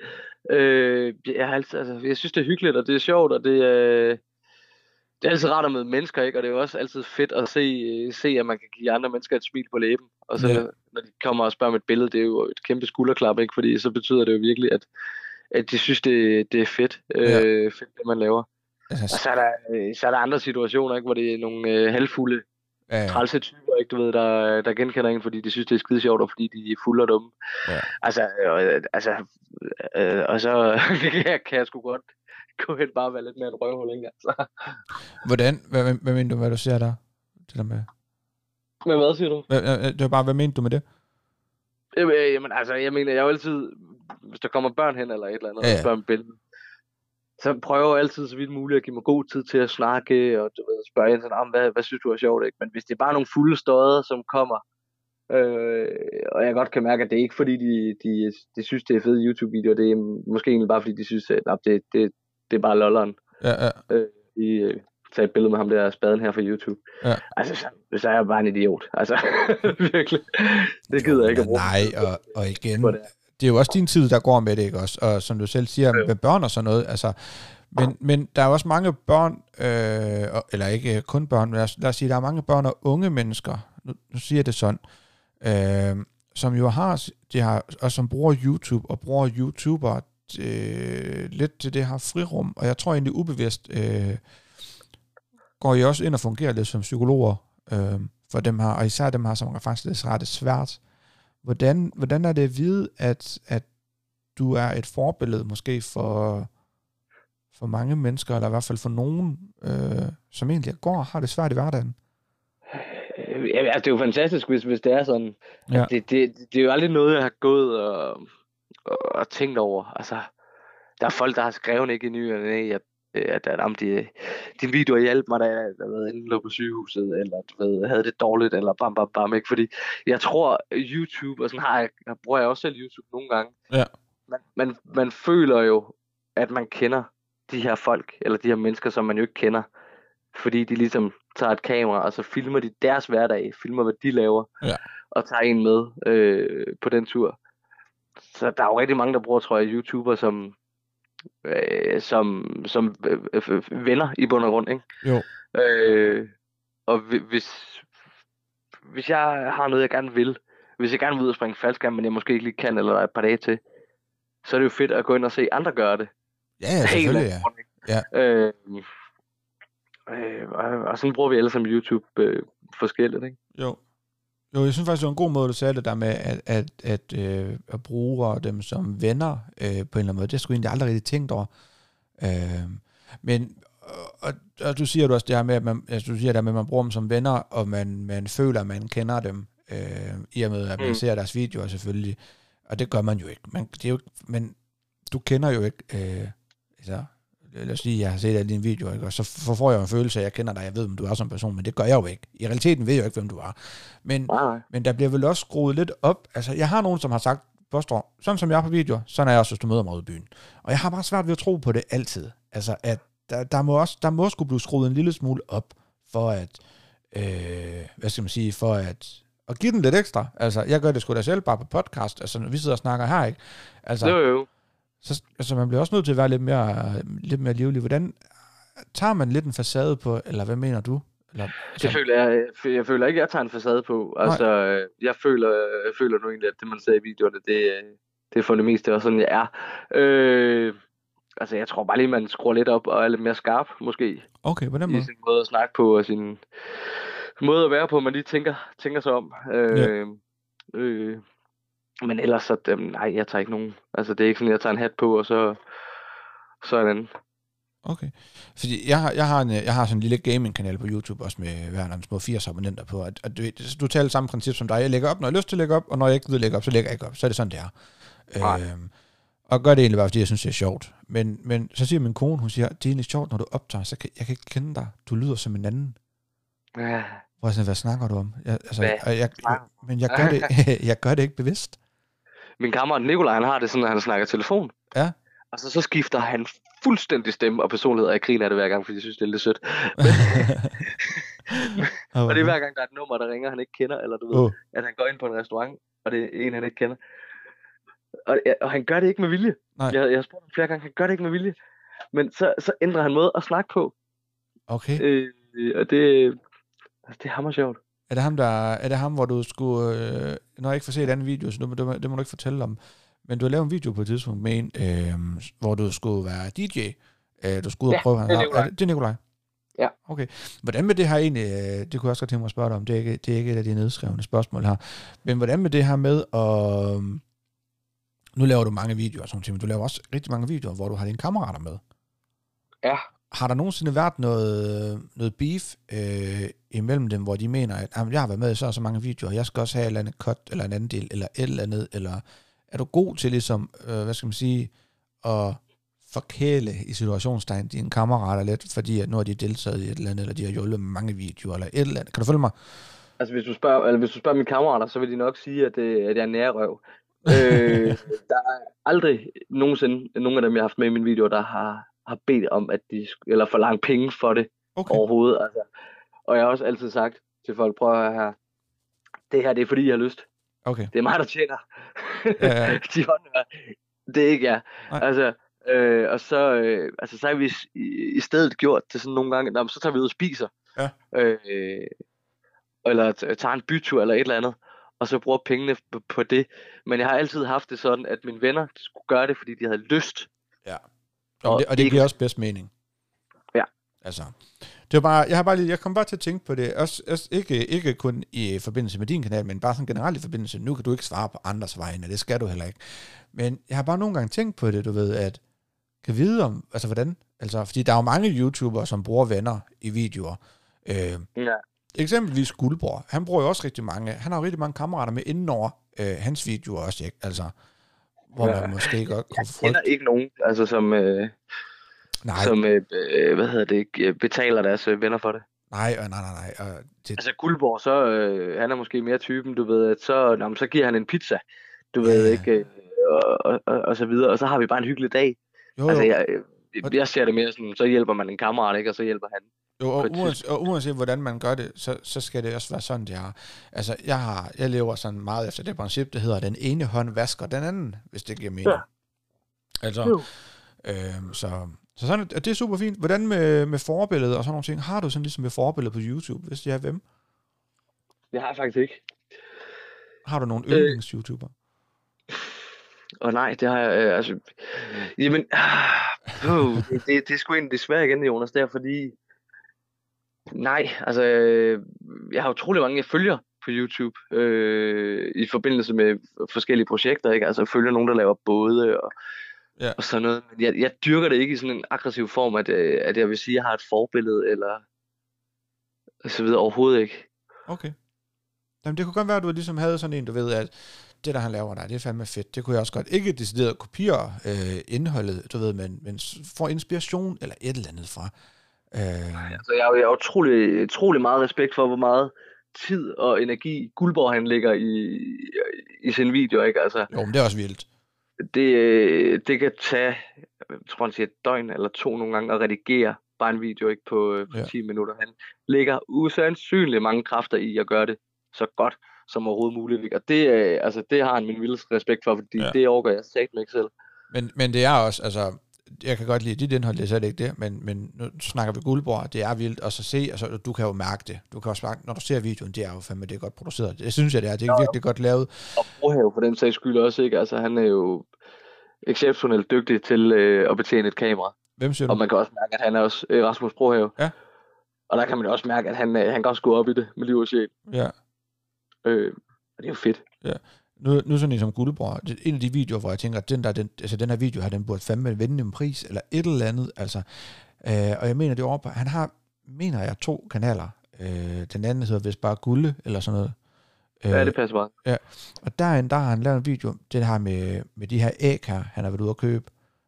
Jeg synes, det er hyggeligt, og det er sjovt, og det er altid rart at møde mennesker, ikke? Og det er jo også altid fedt at se, at man kan give andre mennesker et smil på læben. Og så når de kommer og spørger om et billede, det er jo et kæmpe skulderklap, ikke? Fordi så betyder det jo virkelig, at de synes, det er fedt, fedt, det man laver. Og så er der andre situationer, ikke? Hvor det er nogle halvfulde, trælse typer, ikke? Du ved, der genkender en, fordi de synes, det er skide sjovt, og fordi de er fulde og dumme. Ja. Og så kan jeg sgu godt gå hen bare være lidt mere et røvhul, ikke? Altså. Hvad mener du, hvad du ser der? det der med... Men hvad siger du? Det var bare, hvad mente du med det? Jamen, altså, jeg mener, jeg er jo altid, hvis der kommer børn hen eller et eller andet, og spørger om billede, så prøver jeg altid så vidt muligt at give mig god tid til at snakke, og du ved, spørge ind sådan, hvad synes du er sjovt, ikke? Men hvis det er bare nogle fulde støder, som kommer, og jeg godt kan mærke, at det er ikke fordi, de synes, det er fede YouTube-videoer, det er måske egentlig bare fordi, de synes, at det er bare lolleren. Tage et billede med ham der spaden her fra YouTube. Ja. Altså, så er jeg bare en idiot. Altså, virkelig. Det gider jeg ikke at bruge. Nej, og igen, det er jo også din tid, der går med det, ikke også? Og som du selv siger, med børn og sådan noget, altså, men der er også mange børn, eller ikke kun børn, lad os sige, der er mange børn og unge mennesker, nu siger jeg det sådan, som jo har, og som bruger YouTube, og bruger YouTuber lidt til det her frirum, og jeg tror egentlig ubevidst, går I også ind og fungerer lidt som psykologer for dem her, og især dem her, som er faktisk lidt ret svært. Hvordan er det at vide, at du er et forbillede måske for mange mennesker, eller i hvert fald for nogen, som egentlig har det svært i hverdagen? Altså, det er jo fantastisk, hvis det er sådan. Ja. Det er jo aldrig noget, jeg har gået og tænkt over. Altså, der er folk, der har skrevet ikke i nyerne, at din video hjalp mig, da jeg lå på sygehuset, eller du ved, havde det dårligt, eller bam, ikke? Fordi jeg tror, YouTube, og sådan bruger jeg også selv YouTube nogle gange. Ja. Man føler jo, at man kender de her folk, eller de her mennesker, som man jo ikke kender, fordi de ligesom tager et kamera, og så filmer de deres hverdag, filmer hvad de laver, og tager en med på den tur. Så der er jo rigtig mange, der bruger, tror jeg, YouTuber som venner i bund og grund, ikke? Jo. Og hvis jeg har noget, jeg gerne vil, hvis jeg gerne vil ud og springe faldskærm, men jeg måske ikke lige kan, eller der er et par dage til, så er det jo fedt at gå ind og se andre gøre det. Ja, selvfølgelig, ja. Og sådan bruger vi alle sammen YouTube forskelligt, ikke? Jo, jeg synes faktisk, det var en god måde, du sagde det der med, at bruge dem som venner på en eller anden måde. Det skulle jeg egentlig aldrig rigtig tænkt over. Men og du siger også det her med, at man bruger dem som venner, og man føler, at man kender dem, i og med, at man ser deres videoer selvfølgelig. Og det gør man jo ikke. Men du kender jo ikke... lad os sige, at jeg har set alle dine videoer, ikke? Og så får jeg en følelse af, at jeg kender dig, jeg ved, hvem du er som person, men det gør jeg jo ikke. I realiteten ved jeg jo ikke, hvem du er. Men der bliver vel også skruet lidt op. Altså, jeg har nogen, som har sagt, Bostrup, sådan som jeg er på videoer, sådan er jeg også, hvis du møder mig ude i byen. Og jeg har bare svært ved at tro på det altid. Altså, at der må skulle blive skruet en lille smule op, for at, hvad skal man sige, for at give den lidt ekstra. Altså, jeg gør det sgu da selv bare på podcast, altså, når vi sidder og snakker her, ikke? Altså, jo. Så altså, man bliver også nødt til at være lidt mere livlig. Hvordan tager man lidt en facade på, eller hvad mener du? Eller, det jeg føler ikke, at jeg tager en facade på. Altså, jeg føler nu egentlig, at det, man ser i videoerne, det er for det meste også sådan, jeg er. Altså, jeg tror bare lige, man skruer lidt op og er lidt mere skarp, måske. Okay, på den måde. I sin måde at snakke på, og sin måde at være på, man lige tænker sig om. Men ellers så, nej, jeg tager ikke nogen. Altså, det er ikke sådan, jeg tager en hat på, og så en anden. Okay. Fordi jeg har sådan en lille gaming-kanal på YouTube, også med hver små 80 abonnenter på, og du taler samme princip som dig. Jeg lægger op, når jeg har lyst til at lægge op, og når jeg ikke vil lægge op, så lægger jeg ikke op. Så er det sådan, det er. Og gør det egentlig bare, fordi jeg synes, det er sjovt. Men så siger min kone, hun siger, det er egentlig sjovt, når du optager, så jeg kan ikke kende dig. Du lyder som en anden. Ja. Hvad snakker du om? Men jeg gør det ikke bevidst. Min kammerat Nikolaj, han har det sådan, at han snakker telefon. Ja. Og så skifter han fuldstændig stemme og personlighed, og jeg griner af det hver gang, fordi jeg synes, det er lidt sødt. Og det er hver gang, der er et nummer, der ringer, han ikke kender, eller du ved, at han går ind på en restaurant, og det er en, han ikke kender. Og han gør det ikke med vilje. Jeg har spurgt ham flere gange, han gør det ikke med vilje. Men så ændrer han måde at snakke på. Okay. Og det er hammer sjovt. Er det ham, hvor du skulle... når jeg ikke får set et andet video, så det må du ikke fortælle om. Men du har lavet en video på et tidspunkt med en, hvor du skulle være DJ. Du skulle ud og prøve... Det er Nikolaj. Ja. Okay. Hvordan med det her egentlig... det kunne jeg også godt tænke mig at spørge dig om. Det er ikke et af de nedskrevne spørgsmål her. Men hvordan med det her med at... Nu laver du mange videoer og sådan noget, men du laver også rigtig mange videoer, hvor du har dine kammerater med. Ja. Har der nogensinde været noget beef imellem dem, hvor de mener, at jeg har været med i så mange videoer, jeg skal også have et eller andet cut, eller en anden del, eller et eller andet, eller er du god til ligesom, hvad skal man sige, at forkæle i situationstegn dine kammerater lidt, fordi at nu har de deltaget i et eller andet, eller de har hjulpet med mange videoer, eller et eller andet. Kan du følge mig? Altså, hvis du spørger mine kammerater, så vil de nok sige, at jeg er nærrøv. Der er aldrig nogensinde nogen af dem, jeg har haft med i mine videoer, der har bedt om, at eller forlangt penge for det overhovedet. Altså. Og jeg har også altid sagt til folk, prøv at høre her, det her, det er fordi, jeg har lyst. Okay. Det er mig, der tjener. Ja. De håndværker. Det er ikke jeg. Nej. Altså, og så har vi i stedet gjort det sådan nogle gange, så tager vi ud og spiser. Ja. Eller tager en bytur eller et eller andet, og så bruger pengene på det. Men jeg har altid haft det sådan, at mine venner skulle gøre det, fordi de havde lyst. Ja. Og det giver også bedst mening. Ja. Altså, det var bare, jeg kom bare til at tænke på det, også ikke kun i forbindelse med din kanal, men bare sådan generelt i forbindelse. Nu kan du ikke svare på andres vegne, det skal du heller ikke. Men jeg har bare nogle gange tænkt på det, du ved, at kan vide om, altså hvordan, altså, fordi der er jo mange YouTubere, som bruger venner i videoer. Ja. Eksempelvis Guldborg, han bruger jo også rigtig mange, han har jo rigtig mange kammerater med indenover hans videoer også, ikke? Altså, hvor man måske godt kunne frygte. Jeg kender ikke nogen, altså som betaler deres venner for det. Nej. Altså Guldborg, så han er måske mere typen, du ved, at så giver han en pizza, du ved ikke, og så videre, og så har vi bare en hyggelig dag. Jo. Altså jeg ser det mere sådan, så hjælper man en kammerat, ikke, og så hjælper han. Jo, og uanset hvordan man gør det, så skal det også være sådan, det er. Altså, jeg lever sådan meget efter det princip, der hedder, den ene hånd vasker den anden, hvis det giver mening. Ja. Altså, så sådan, det er super fint. Hvordan med forbilleder og sådan nogle ting? Har du sådan ligesom med forbilleder på YouTube, hvis jeg er hvem? Det har jeg faktisk ikke. Har du nogle yndlings-YouTuber? Nej, det har jeg, jamen, det er sgu egentlig svært igen, Jonas, der, fordi nej, altså, jeg har utrolig mange følgere på YouTube, i forbindelse med forskellige projekter, ikke? Altså, jeg følger nogen, der laver både og sådan noget. Men jeg dyrker det ikke i sådan en aggressiv form, at jeg vil sige, at jeg har et forbillede, eller så videre, overhovedet ikke. Okay. Jamen, det kunne godt være, at du ligesom havde sådan en, du ved, at det, der han laver der, det er fandme fedt. Det kunne jeg også godt. Ikke decideret kopiere indholdet, du ved, men få inspiration eller et eller andet fra. Altså, jeg har utrolig meget respekt for, hvor meget tid og energi Guldborg han lægger i sin video, ikke? Altså, jo, men det er også vildt. Det kan tage, jeg tror han siger, et døgn eller 2 nogle gange at redigere bare en video, ikke, på 10 minutter. Han lægger usandsynligt mange kræfter i at gøre det så godt som overhovedet muligt, ikke? Og det har han min vildeste respekt for, fordi det overgår jeg sagt mig ikke selv. Men det er også, altså, jeg kan godt lide dit indhold, det er slet ikke det, men nu snakker vi Guldborg, det er vildt også at se, altså, du kan jo mærke det. Du kan også mærke, når du ser videoen, det er jo fandme, det er godt produceret. Det synes jeg, det er virkelig godt lavet. Og Brohave for den sags skyld også, ikke? Altså, han er jo exceptionelt dygtig til at betjene et kamera. Hvem siger du? Og man kan også mærke, at han er også Rasmus Brohave. Ja. Og der kan man også mærke, at han kan også gå op i det med liv og sjæl. Ja. Og det er jo fedt. Ja. Nu sådan en som Guldborg, en af de videoer, hvor jeg tænker, at den her video her, den burde fandme vinde en pris, eller et eller andet, altså. Og jeg mener det over, han har, mener jeg, 2 kanaler. Den anden hedder vist bare Gulde, eller sådan noget. Ja, det passer bare. Ja, og der har han lavet en video, det her med de her æg her, han har været ude at købe,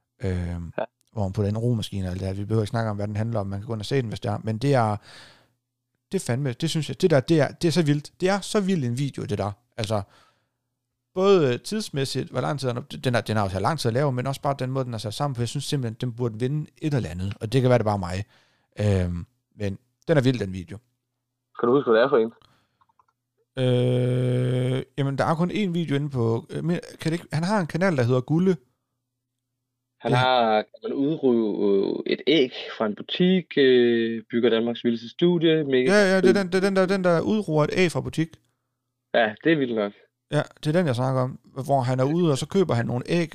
hvor han putter en romaskine, og alt det her. Vi behøver ikke snakke om, hvad den handler om, man kan gå ind og se den, hvis det er, men det er fandme, det synes jeg, det er så vildt. Det er så vildt en video, det der. Altså, både tidsmæssigt, hvor lang tid den har også lang tid at lave, men også bare den måde, den er sat sammen, for jeg synes simpelthen, den burde vinde et eller andet, og det kan være, det bare mig. Men den er vild, den video. Kan du huske, hvad det er for en? Jamen, der er kun én video inde på, han har en kanal, der hedder Gulde. Kan man udryve et æg fra en butik, bygger Danmarks vildeste studie. Ja, det er den der udruer et æg fra butik. Ja, det er vildt nok. Ja, det er den, jeg snakker om, hvor han er ude, og så køber han nogle æg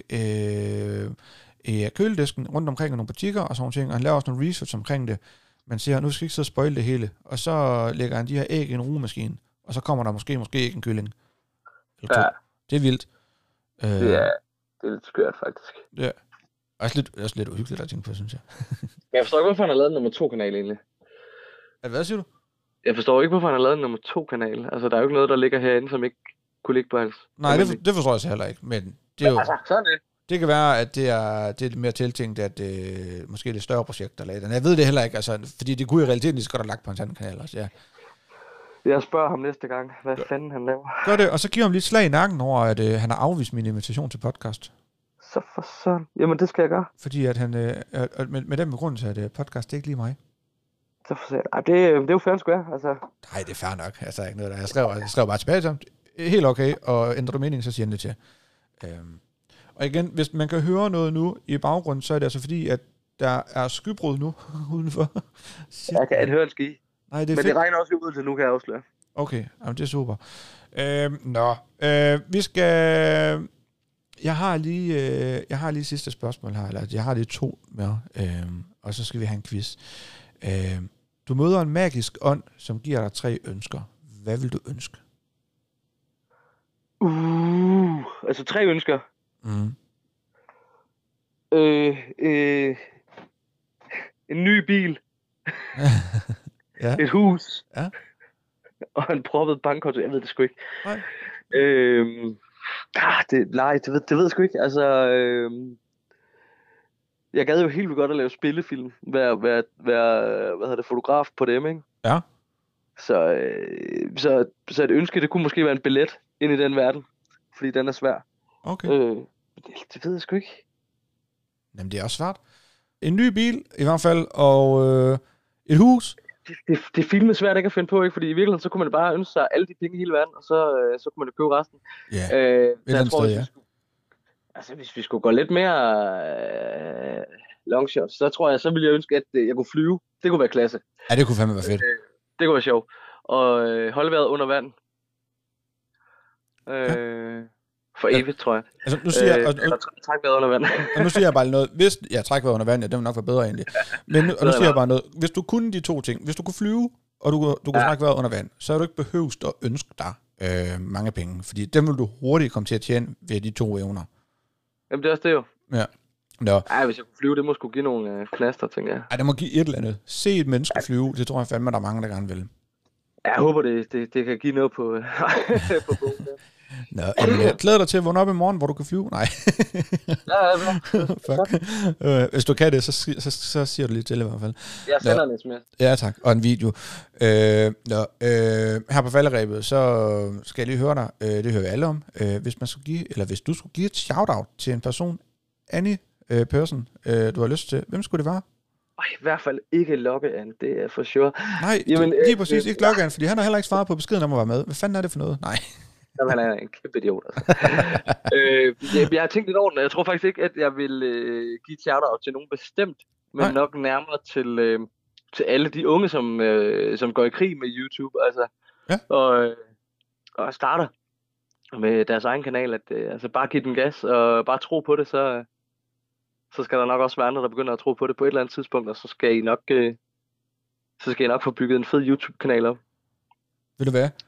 i køledisken rundt omkring nogle butikker og sådan nogle ting, og han laver også nogle research omkring det. Man siger, nu skal ikke så spoil det hele, og så lægger han de her æg i en rugemaskine, og så kommer der måske ikke en kylling. Eller 2. Ja. Det er vildt. Det er lidt skørt, faktisk. Ja. Også lidt uhyggeligt at tænke på, synes jeg. Men jeg forstår ikke, hvorfor han har lavet en nummer 2-kanal egentlig. Hvad siger du? Jeg forstår ikke, hvorfor han har lavet en nummer 2-kanal. Altså, der er jo ikke noget, der ligger herinde, som ikke kunne ligge på hans. Nej, det forstår jeg så heller ikke, men det er jo... Altså, sådan det. Det kan være, at det er lidt mere tiltænkt, at måske det er større projekt, der lader den. Jeg ved det heller ikke, altså, fordi det kunne i realiteten lige så godt have lagt på hans anden kanal også, ja. Jeg spørger ham næste gang, hvad fanden han laver. Gør det, og så giver ham lige et slag i nakken over, at han har afvist min invitation til podcast. Så for sådan. Jamen, det skal jeg gøre. Fordi at han, med den begrundelse, at podcast, det er ikke lige mig. Så for sådan. Ej, det er jo fair, han skulle være, altså. Nej, det er fair nok. Altså, ikke noget der. Jeg skrev bare tilbage til ham. Helt okay, og ændrer du mening, så siger han det til. Og igen, hvis man kan høre noget nu i baggrunden, så er det altså fordi, at der er skybrud nu udenfor. Jeg kan ikke høre en ski. Nej, det er men fedt. det regner også ud til nu, kan jeg afsløre. Okay, jamen, det er super. Vi skal... Jeg har lige sidste spørgsmål her, eller jeg har lige 2 mere, og så skal vi have en quiz. Du møder en magisk ånd, som giver dig 3 ønsker. Hvad vil du ønske? Altså 3 ønsker. Mm. En ny bil. Ja. Et hus. Ja. Og en proppet bankkonto. Jeg ved det sgu ikke. Nej. Det ved jeg sgu ikke. Altså, jeg gad jo helt vildt godt at lave spillefilm. Være fotograf på dem, ikke? Ja. Så et ønske, det kunne måske være en billet ind i den verden. Fordi den er svær. Okay. Det ved jeg sgu ikke. Jamen, det er også svært. En ny bil, i hvert fald, og et hus. Det er filmet svært ikke at finde på, ikke? Fordi i virkeligheden, så kunne man bare ønske sig alle de penge i hele verden, og så kunne man jo købe resten. Ja, jeg tror, hvis vi skulle gå lidt mere long shot, så ville jeg ønske, at jeg kunne flyve. Det kunne være klasse. Ja, det kunne fandme være fedt. Det kunne være sjovt. Og holde vejret under vand. For evigt, tror jeg. Altså, nu siger jeg... Træk vejret under vand. Og nu siger jeg bare noget. Hvis jeg trækker vejret under vand, ja, det vil nok være bedre egentlig. Men nu siger jeg bare noget. Hvis du kunne de 2 ting, hvis du kunne flyve, og du kunne trække vejret under vand, så er du ikke behøvst at ønske dig mange penge. Fordi dem vil du hurtigt komme til at tjene ved de 2 evner. Jamen, det er også det jo. Ja. Nå. Ej, hvis jeg kunne flyve, det må sgu give nogle knaster, tænker jeg. Ej, det må give et eller andet. Se et menneske flyve, det tror jeg fandme, der er mange, der gerne vil. Jeg håber, det kan give noget på bogen. Nå, jeg glæder dig til at vågne op i morgen, hvor du kan flyve. Nej. Fuck. Hvis du kan det, så siger du lige til i hvert fald. Jeg sender en sms. Ja, tak. Og en video. Her på falderebet, så skal jeg lige høre dig. Det hører vi alle om. Hvis du skulle give et shout-out til en person, person, du har lyst til, hvem skulle det være? I hvert fald ikke Lokkean, det er for sure. Nej, jamen, lige præcis ikke Lokkean, fordi han har heller ikke svaret på beskeden om at være med. Hvad fanden er det for noget? Nej. Jamen, han er en kæmpe idiot, altså. Jeg har tænkt lidt over den, jeg tror faktisk ikke, at jeg vil give et shout-out til nogen bestemt, men nok nærmere til alle de unge, som går i krig med YouTube, altså. Ja. Og starter med deres egen kanal, at altså bare give den gas, og bare tro på det, så skal der nok også være andre, der begynder at tro på det på et eller andet tidspunkt, og så skal I nok få bygget en fed YouTube-kanal op. Ved du hvad?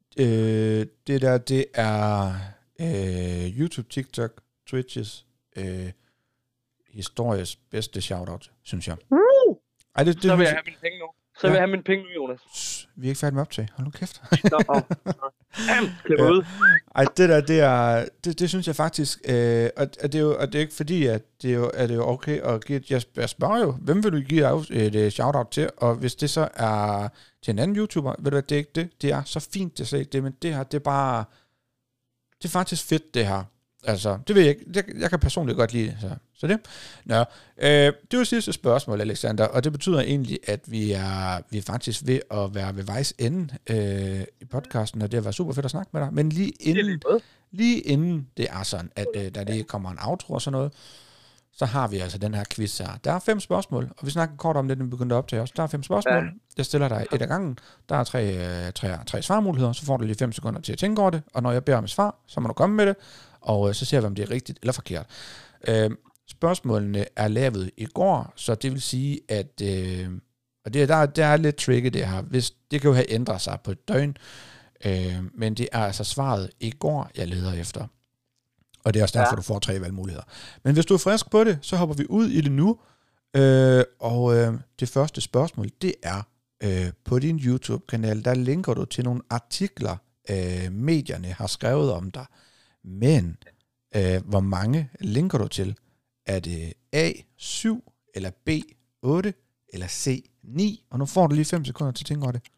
Det er YouTube, TikTok, Twitches historiens bedste shoutout, synes jeg. Ej, så vil jeg have mine penge nu. Så vil jeg have mine penge nu, Jonas. Vi er ikke færdige med optag. Hold nu kæft. Klip ud. Ej, det synes jeg faktisk, og det er ikke fordi, at det er jo okay at give jeg spørger jo, hvem vil du give et shout-out til, og hvis det så er til en anden YouTuber, ved du hvad, det er ikke det. Det er så fint at se det, men det her, det er bare, det er faktisk fedt, det her. Altså, det ved jeg ikke. Jeg kan personligt godt lide det. Så det. Nå. Det var sidste spørgsmål, Alexander, og det betyder egentlig, at vi er faktisk ved at være ved vejs ende i podcasten, og det har været super fedt at snakke med dig. Men lige inden det er sådan, at der lige kommer en outro og sådan noget, så har vi altså den her quiz her. Der er 5 spørgsmål, og vi snakker kort om det, når vi begyndte at optage også. Der er 5 spørgsmål. Ja. Jeg stiller dig et ad gangen. Der er 3 svarmuligheder, så får du lige 5 sekunder til at tænke over det, og når jeg beder om et svar, så må du komme med det, og så ser vi, om det er rigtigt eller forkert. Spørgsmålene er lavet i går, så det vil sige, at og der er lidt tricky det her. Det kan jo have ændret sig på et døgn, men det er altså svaret i går, jeg leder efter. Og det er også derfor, du får 3 valgmuligheder. Men hvis du er frisk på det, så hopper vi ud i det nu. Det første spørgsmål, det er, på din YouTube-kanal, der linker du til nogle artikler, medierne har skrevet om dig. Men hvor mange linker du til? Er det A, 7, eller B, 8, eller C, 9? Og nu får du lige 5 sekunder til at tænke over det.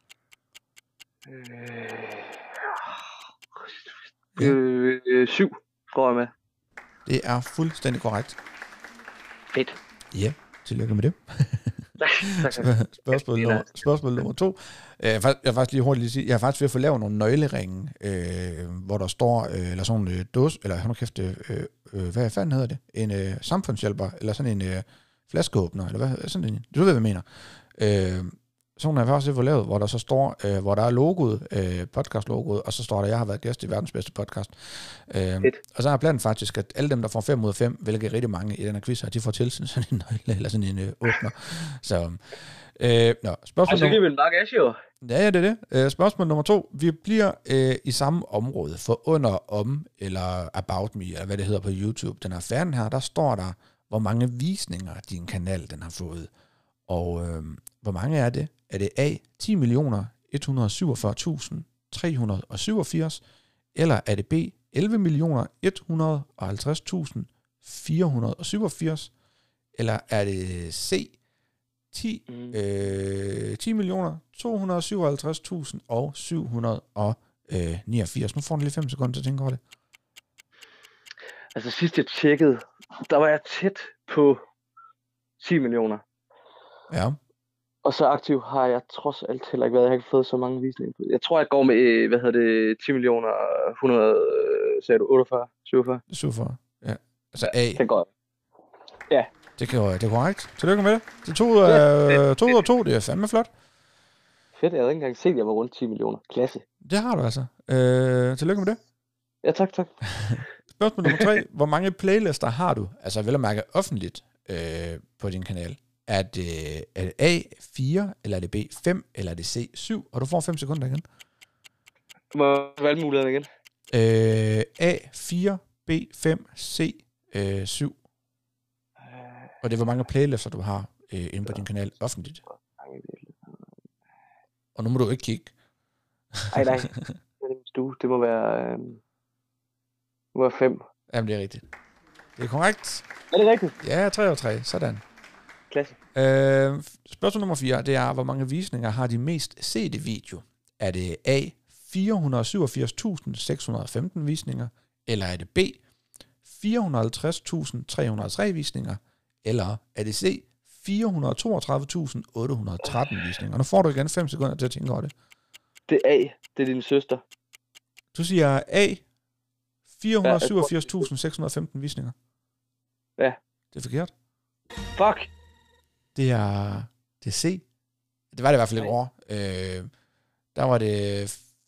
7 går jeg med. Det er fuldstændig korrekt. Fedt. Ja, tillykke med det. Tak. Spørgsmål nummer 2. Jeg har faktisk lige hurtigt sige, jeg er faktisk ved at få lavet nogle nøgleringe, hvor der står, eller sådan en dåse, eller hold nu kæft, hvad fanden hedder det? En samfundshjælper, eller sådan en flaskeåbner, eller hvad, sådan en, du ved, hvad jeg mener. Sådan har jeg faktisk fået lavet, hvor der så står, hvor der er logoet, podcast-logoet, og så står der, jeg har været gæst i verdens bedste podcast. Og så er planen faktisk, at alle dem, der får 5 ud af 5, hvilket rigtig mange i den her quiz her, de får tilsendt sådan en nøgle, eller sådan en åbner. Så, spørgsmål og så giver vi en bagage, jo. Ja, det er det. Spørgsmål nummer 2. Vi bliver i samme område, for under, om, eller about me, eller hvad det hedder på YouTube. Den her færden her, der står der, hvor mange visninger din kanal, den har fået. Og hvor mange er det? Er det A, 10.147.387, eller er det B, 11.150.487, eller er det C, 10.257.789. Nu får du lige 5 sekunder til at tænke over det. Altså sidst jeg tjekkede, der var jeg tæt på 10 millioner. Ja. Og så aktiv har jeg trods alt heller ikke været. Jeg har ikke fået så mange visninger. Jeg tror, jeg går med, 10 millioner 100, sagde du 48, 47? 47, ja. Altså A. Det går. Ja. Det er korrekt. Tillykke med det. Det er 2 ud af 2, det er fandme flot. Fedt, jeg havde ikke engang set, at jeg var rundt 10 millioner. Klasse. Det har du altså. Tillykke med det. Ja, tak. Spørgsmål nummer 3. Hvor mange playlister har du? Altså vel at mærke offentligt på din kanal. Er det A, 4, eller er det B, 5, eller er det C, 7? Og du får 5 sekunder igen. Hvor valgmuligheden igen? A, 4, B, 5, C, 7. Og det er, hvor mange playlister du har inde på din kanal offentligt. Og nu må du ikke kigge. Nej. Det må være 5. Jamen, det er rigtigt. Det er korrekt. Er det rigtigt? Ja, 3 og 3. Sådan. Klasse. Spørgsmål nummer 4, det er, hvor mange visninger har de mest sete video? Er det A, 487.615 visninger, eller er det B, 450.303 visninger, eller er det C, 432.813 visninger? Nu får du igen 5 sekunder til at tænke over det. Det er A, det er din søster. Du siger A, 487.615 visninger. Ja. Det er forkert. Fuck. Det er C. Det var det i hvert fald ikke over. Der var det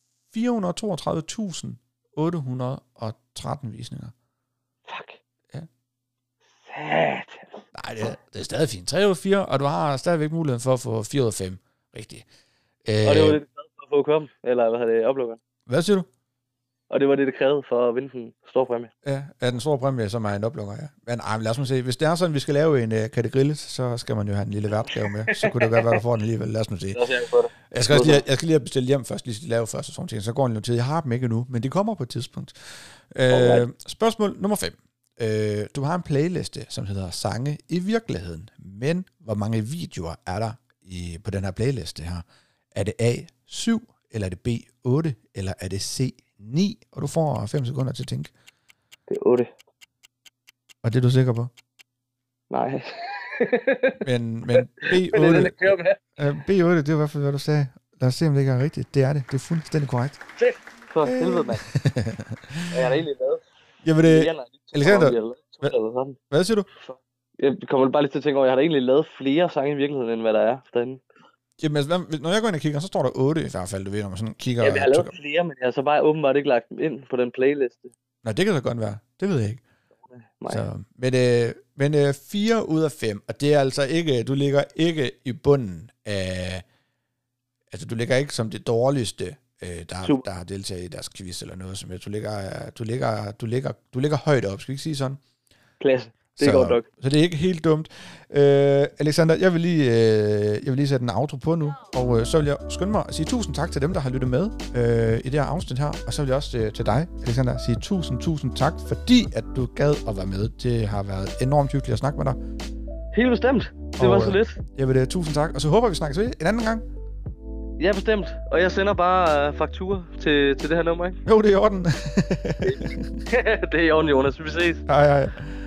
432.813 visninger. Fuck. Ja. Sat. Nej, det er stadig fint. 3 ud af 4, og du har stadigvæk muligheden for at få 4 ud af 5. Rigtigt. Og det var det, det krævede for at få komme, eller hvad hedder det, oplukkeren? Hvad siger du? Og det var det krævede for at vinde den store præmie. Ja, er den store præmie, som er en oplukker, ja. Men lad os nu se. Hvis det er sådan, vi skal lave en kategrilles, så skal man jo have en lille værtgave med. Så kunne det godt være, du får den alligevel. Lad os nu se. Jeg skal lige have bestilt hjem først, lige lave først og sådan ting. Så går den jo tid. Jeg har dem ikke endnu, men de kommer på et tidspunkt. Spørgsmål nummer 5. Du har en playliste, som hedder Sange i virkeligheden. Men hvor mange videoer er der på den her playliste her? Er det A, 7, eller er det B, 8, eller er det C, 9? Og du får 5 sekunder til at tænke. Det er 8. Og det er du sikker på? Nej. men B8, B8, det er i hvert fald, hvad du sagde. Lad os se, om det ikke er rigtigt. Det er det. Det er fuldstændig korrekt. For helvede, mand. Jeg har da egentlig lavet. Jamen Alexander, hvad siger du? Jeg kommer bare lige til at tænke over, jeg har da egentlig lavet flere sange i virkeligheden, end hvad der er derinde. Jamen, når jeg går ind og kigger, så står der 8 i hvert fald, du ved, når man sådan kigger. Jamen, jeg har lavet flere, men jeg har så bare åbenbart ikke lagt dem ind på den playliste. Nej, det kan så godt være. Det ved jeg ikke. Så, men 4 ud af 5, og det er altså ikke, du ligger ikke i bunden af, altså du ligger ikke som det dårligste der har deltaget i deres quiz eller noget, som du ligger højt op, skal vi ikke sige sådan? Klasse. Det er godt nok. Så det er ikke helt dumt. Alexander, jeg vil lige sætte en outro på nu, og så vil jeg skynde mig at sige tusind tak til dem, der har lyttet med i det her afsnit her, og så vil jeg også til dig, Alexander, sige tusind tak, fordi at du gad at være med. Det har været enormt hyggeligt at snakke med dig. Helt bestemt. Det var så lidt. Jeg vil tusind tak, og så håber vi snakkes ved en anden gang. Ja, bestemt. Og jeg sender bare fakturer til det her nummer, ikke? Jo, det er i orden. Det er i orden, Jonas. Vi ses. Hej.